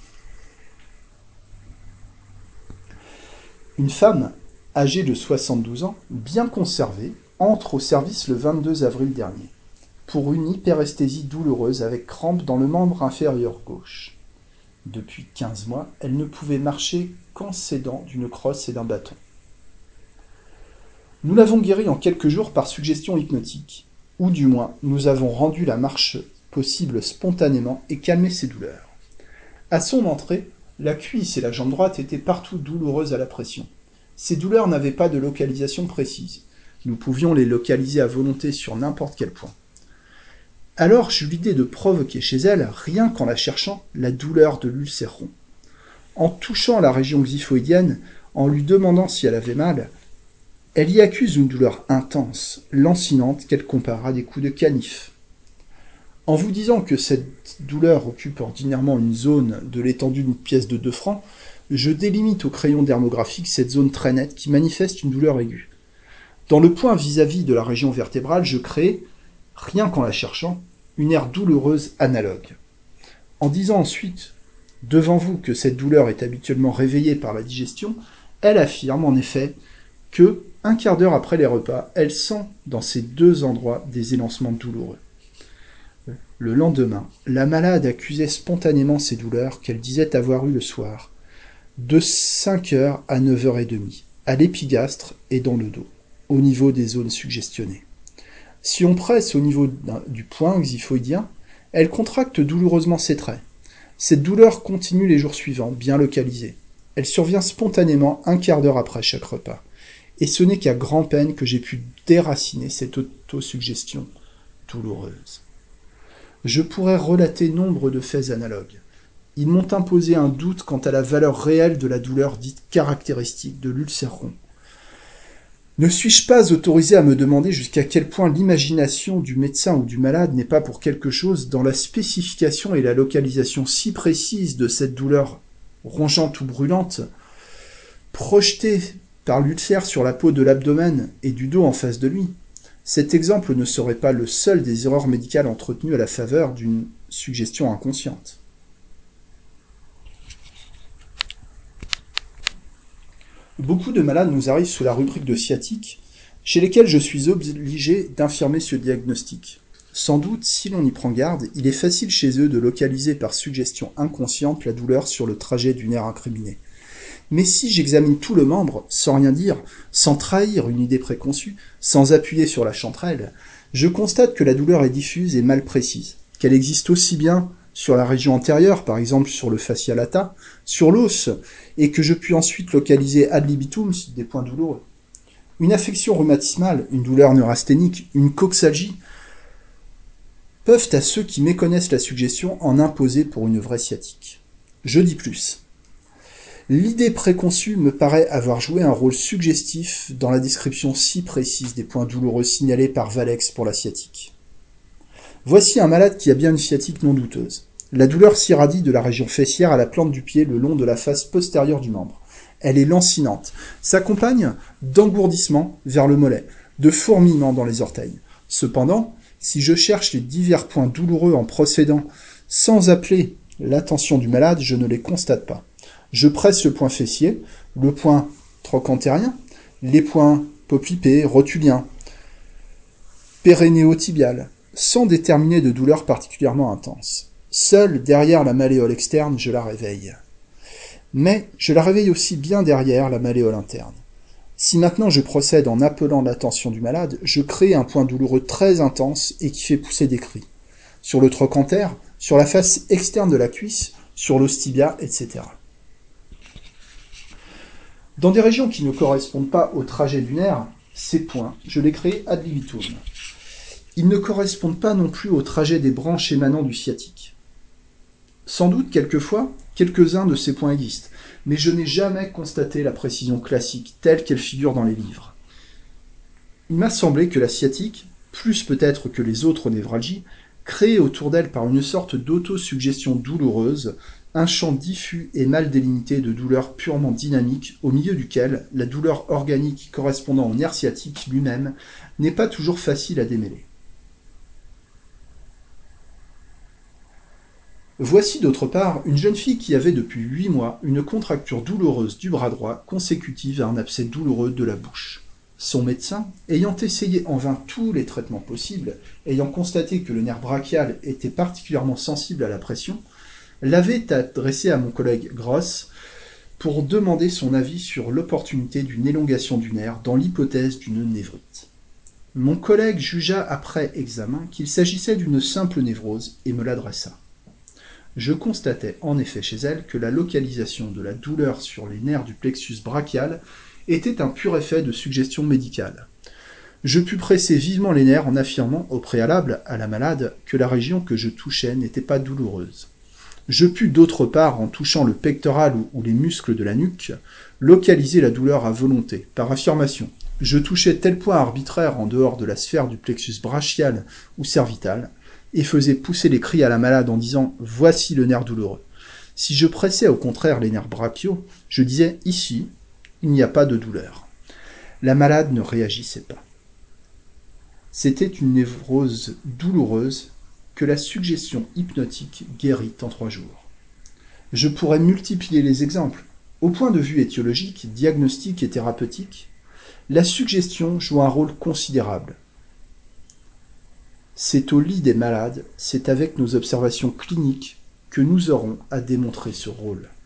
Une femme âgée de soixante-douze ans, bien conservée, entre au service le vingt-deux avril dernier, pour une hyperesthésie douloureuse avec crampe dans le membre inférieur gauche. Depuis quinze mois, elle ne pouvait marcher qu'en s'aidant d'une crosse et d'un bâton. Nous l'avons guérie en quelques jours par suggestion hypnotique, ou du moins nous avons rendu la marche possible spontanément et calmé ses douleurs. À son entrée, la cuisse et la jambe droite étaient partout douloureuses à la pression. Ces douleurs n'avaient pas de localisation précise. Nous pouvions les localiser à volonté sur n'importe quel point. Alors j'eus l'idée de provoquer chez elle, rien qu'en la cherchant, la douleur de l'ulcère rond. En touchant la région xiphoïdienne, en lui demandant si elle avait mal, elle y accuse une douleur intense, lancinante, qu'elle compare à des coups de canif. En vous disant que cette douleur occupe ordinairement une zone de l'étendue d'une pièce de deux francs, je délimite au crayon dermographique cette zone très nette qui manifeste une douleur aiguë. Dans le point vis-à-vis de la région vertébrale, je crée, rien qu'en la cherchant, une aire douloureuse analogue. En disant ensuite devant vous que cette douleur est habituellement réveillée par la digestion, elle affirme en effet que, un quart d'heure après les repas, elle sent dans ces deux endroits des élancements douloureux. Le lendemain, la malade accusait spontanément ces douleurs qu'elle disait avoir eues le soir, de cinq heures à neuf heures trente, à l'épigastre et dans le dos, au niveau des zones suggestionnées. Si on presse au niveau du point xiphoïdien, elle contracte douloureusement ses traits. Cette douleur continue les jours suivants, bien localisée. Elle survient spontanément un quart d'heure après chaque repas. Et ce n'est qu'à grand-peine que j'ai pu déraciner cette autosuggestion douloureuse. Je pourrais relater nombre de faits analogues. Ils m'ont imposé un doute quant à la valeur réelle de la douleur dite caractéristique de l'ulcère rond. Ne suis-je pas autorisé à me demander jusqu'à quel point l'imagination du médecin ou du malade n'est pas pour quelque chose dans la spécification et la localisation si précise de cette douleur rongeante ou brûlante, projetée par l'ulcère sur la peau de l'abdomen et du dos en face de lui? Cet exemple ne serait pas le seul des erreurs médicales entretenues à la faveur d'une suggestion inconsciente. Beaucoup de malades nous arrivent sous la rubrique de sciatique, chez lesquels je suis obligé d'infirmer ce diagnostic. Sans doute, si l'on y prend garde, il est facile chez eux de localiser par suggestion inconsciente la douleur sur le trajet du nerf incriminé. Mais si j'examine tout le membre, sans rien dire, sans trahir une idée préconçue, sans appuyer sur la chanterelle, je constate que la douleur est diffuse et mal précise, qu'elle existe aussi bien sur la région antérieure, par exemple sur le fascia lata, sur l'os, et que je puis ensuite localiser ad libitum des points douloureux. Une affection rhumatismale, une douleur neurasthénique, une coxalgie peuvent à ceux qui méconnaissent la suggestion en imposer pour une vraie sciatique. Je dis plus. L'idée préconçue me paraît avoir joué un rôle suggestif dans la description si précise des points douloureux signalés par Valex pour la sciatique. Voici un malade qui a bien une sciatique non douteuse. La douleur s'irradie de la région fessière à la plante du pied le long de la face postérieure du membre. Elle est lancinante, s'accompagne d'engourdissements vers le mollet, de fourmillements dans les orteils. Cependant, si je cherche les divers points douloureux en procédant sans appeler l'attention du malade, je ne les constate pas. Je presse le point fessier, le point trochantérien, les points poplipés, rotuliens, pérénéotibial, sans déterminer de douleur particulièrement intense. Seule derrière la malléole externe, je la réveille. Mais je la réveille aussi bien derrière la malléole interne. Si maintenant je procède en appelant l'attention du malade, je crée un point douloureux très intense et qui fait pousser des cris. Sur le trochanter, sur la face externe de la cuisse, sur l'os tibia, et cetera. Dans des régions qui ne correspondent pas au trajet du nerf, ces points, je les crée ad libitum. Ils ne correspondent pas non plus au trajet des branches émanant du sciatique. Sans doute, quelquefois, quelques-uns de ces points existent, mais je n'ai jamais constaté la précision classique telle qu'elle figure dans les livres. Il m'a semblé que la sciatique, plus peut-être que les autres névralgies, créait autour d'elle par une sorte d'autosuggestion douloureuse, un champ diffus et mal délimité de douleurs purement dynamiques, au milieu duquel la douleur organique correspondant au nerf sciatique lui-même n'est pas toujours facile à démêler. Voici d'autre part une jeune fille qui avait depuis huit mois une contracture douloureuse du bras droit consécutive à un abcès douloureux de la bouche. Son médecin, ayant essayé en vain tous les traitements possibles, ayant constaté que le nerf brachial était particulièrement sensible à la pression, l'avait adressé à mon collègue Gross pour demander son avis sur l'opportunité d'une élongation du nerf dans l'hypothèse d'une névrite. Mon collègue jugea après examen qu'il s'agissait d'une simple névrose et me l'adressa. Je constatais en effet chez elle que la localisation de la douleur sur les nerfs du plexus brachial était un pur effet de suggestion médicale. Je pus presser vivement les nerfs en affirmant au préalable à la malade que la région que je touchais n'était pas douloureuse. Je pus d'autre part, en touchant le pectoral ou les muscles de la nuque, localiser la douleur à volonté, par affirmation. Je touchais tel point arbitraire en dehors de la sphère du plexus brachial ou cervital, et faisais pousser les cris à la malade en disant « Voici le nerf douloureux ». Si je pressais au contraire les nerfs brachiaux, je disais « Ici, il n'y a pas de douleur ». La malade ne réagissait pas. C'était une névrose douloureuse que la suggestion hypnotique guérit en trois jours. Je pourrais multiplier les exemples. Au point de vue étiologique, diagnostique et thérapeutique, la suggestion joue un rôle considérable. C'est au lit des malades, c'est avec nos observations cliniques que nous aurons à démontrer ce rôle.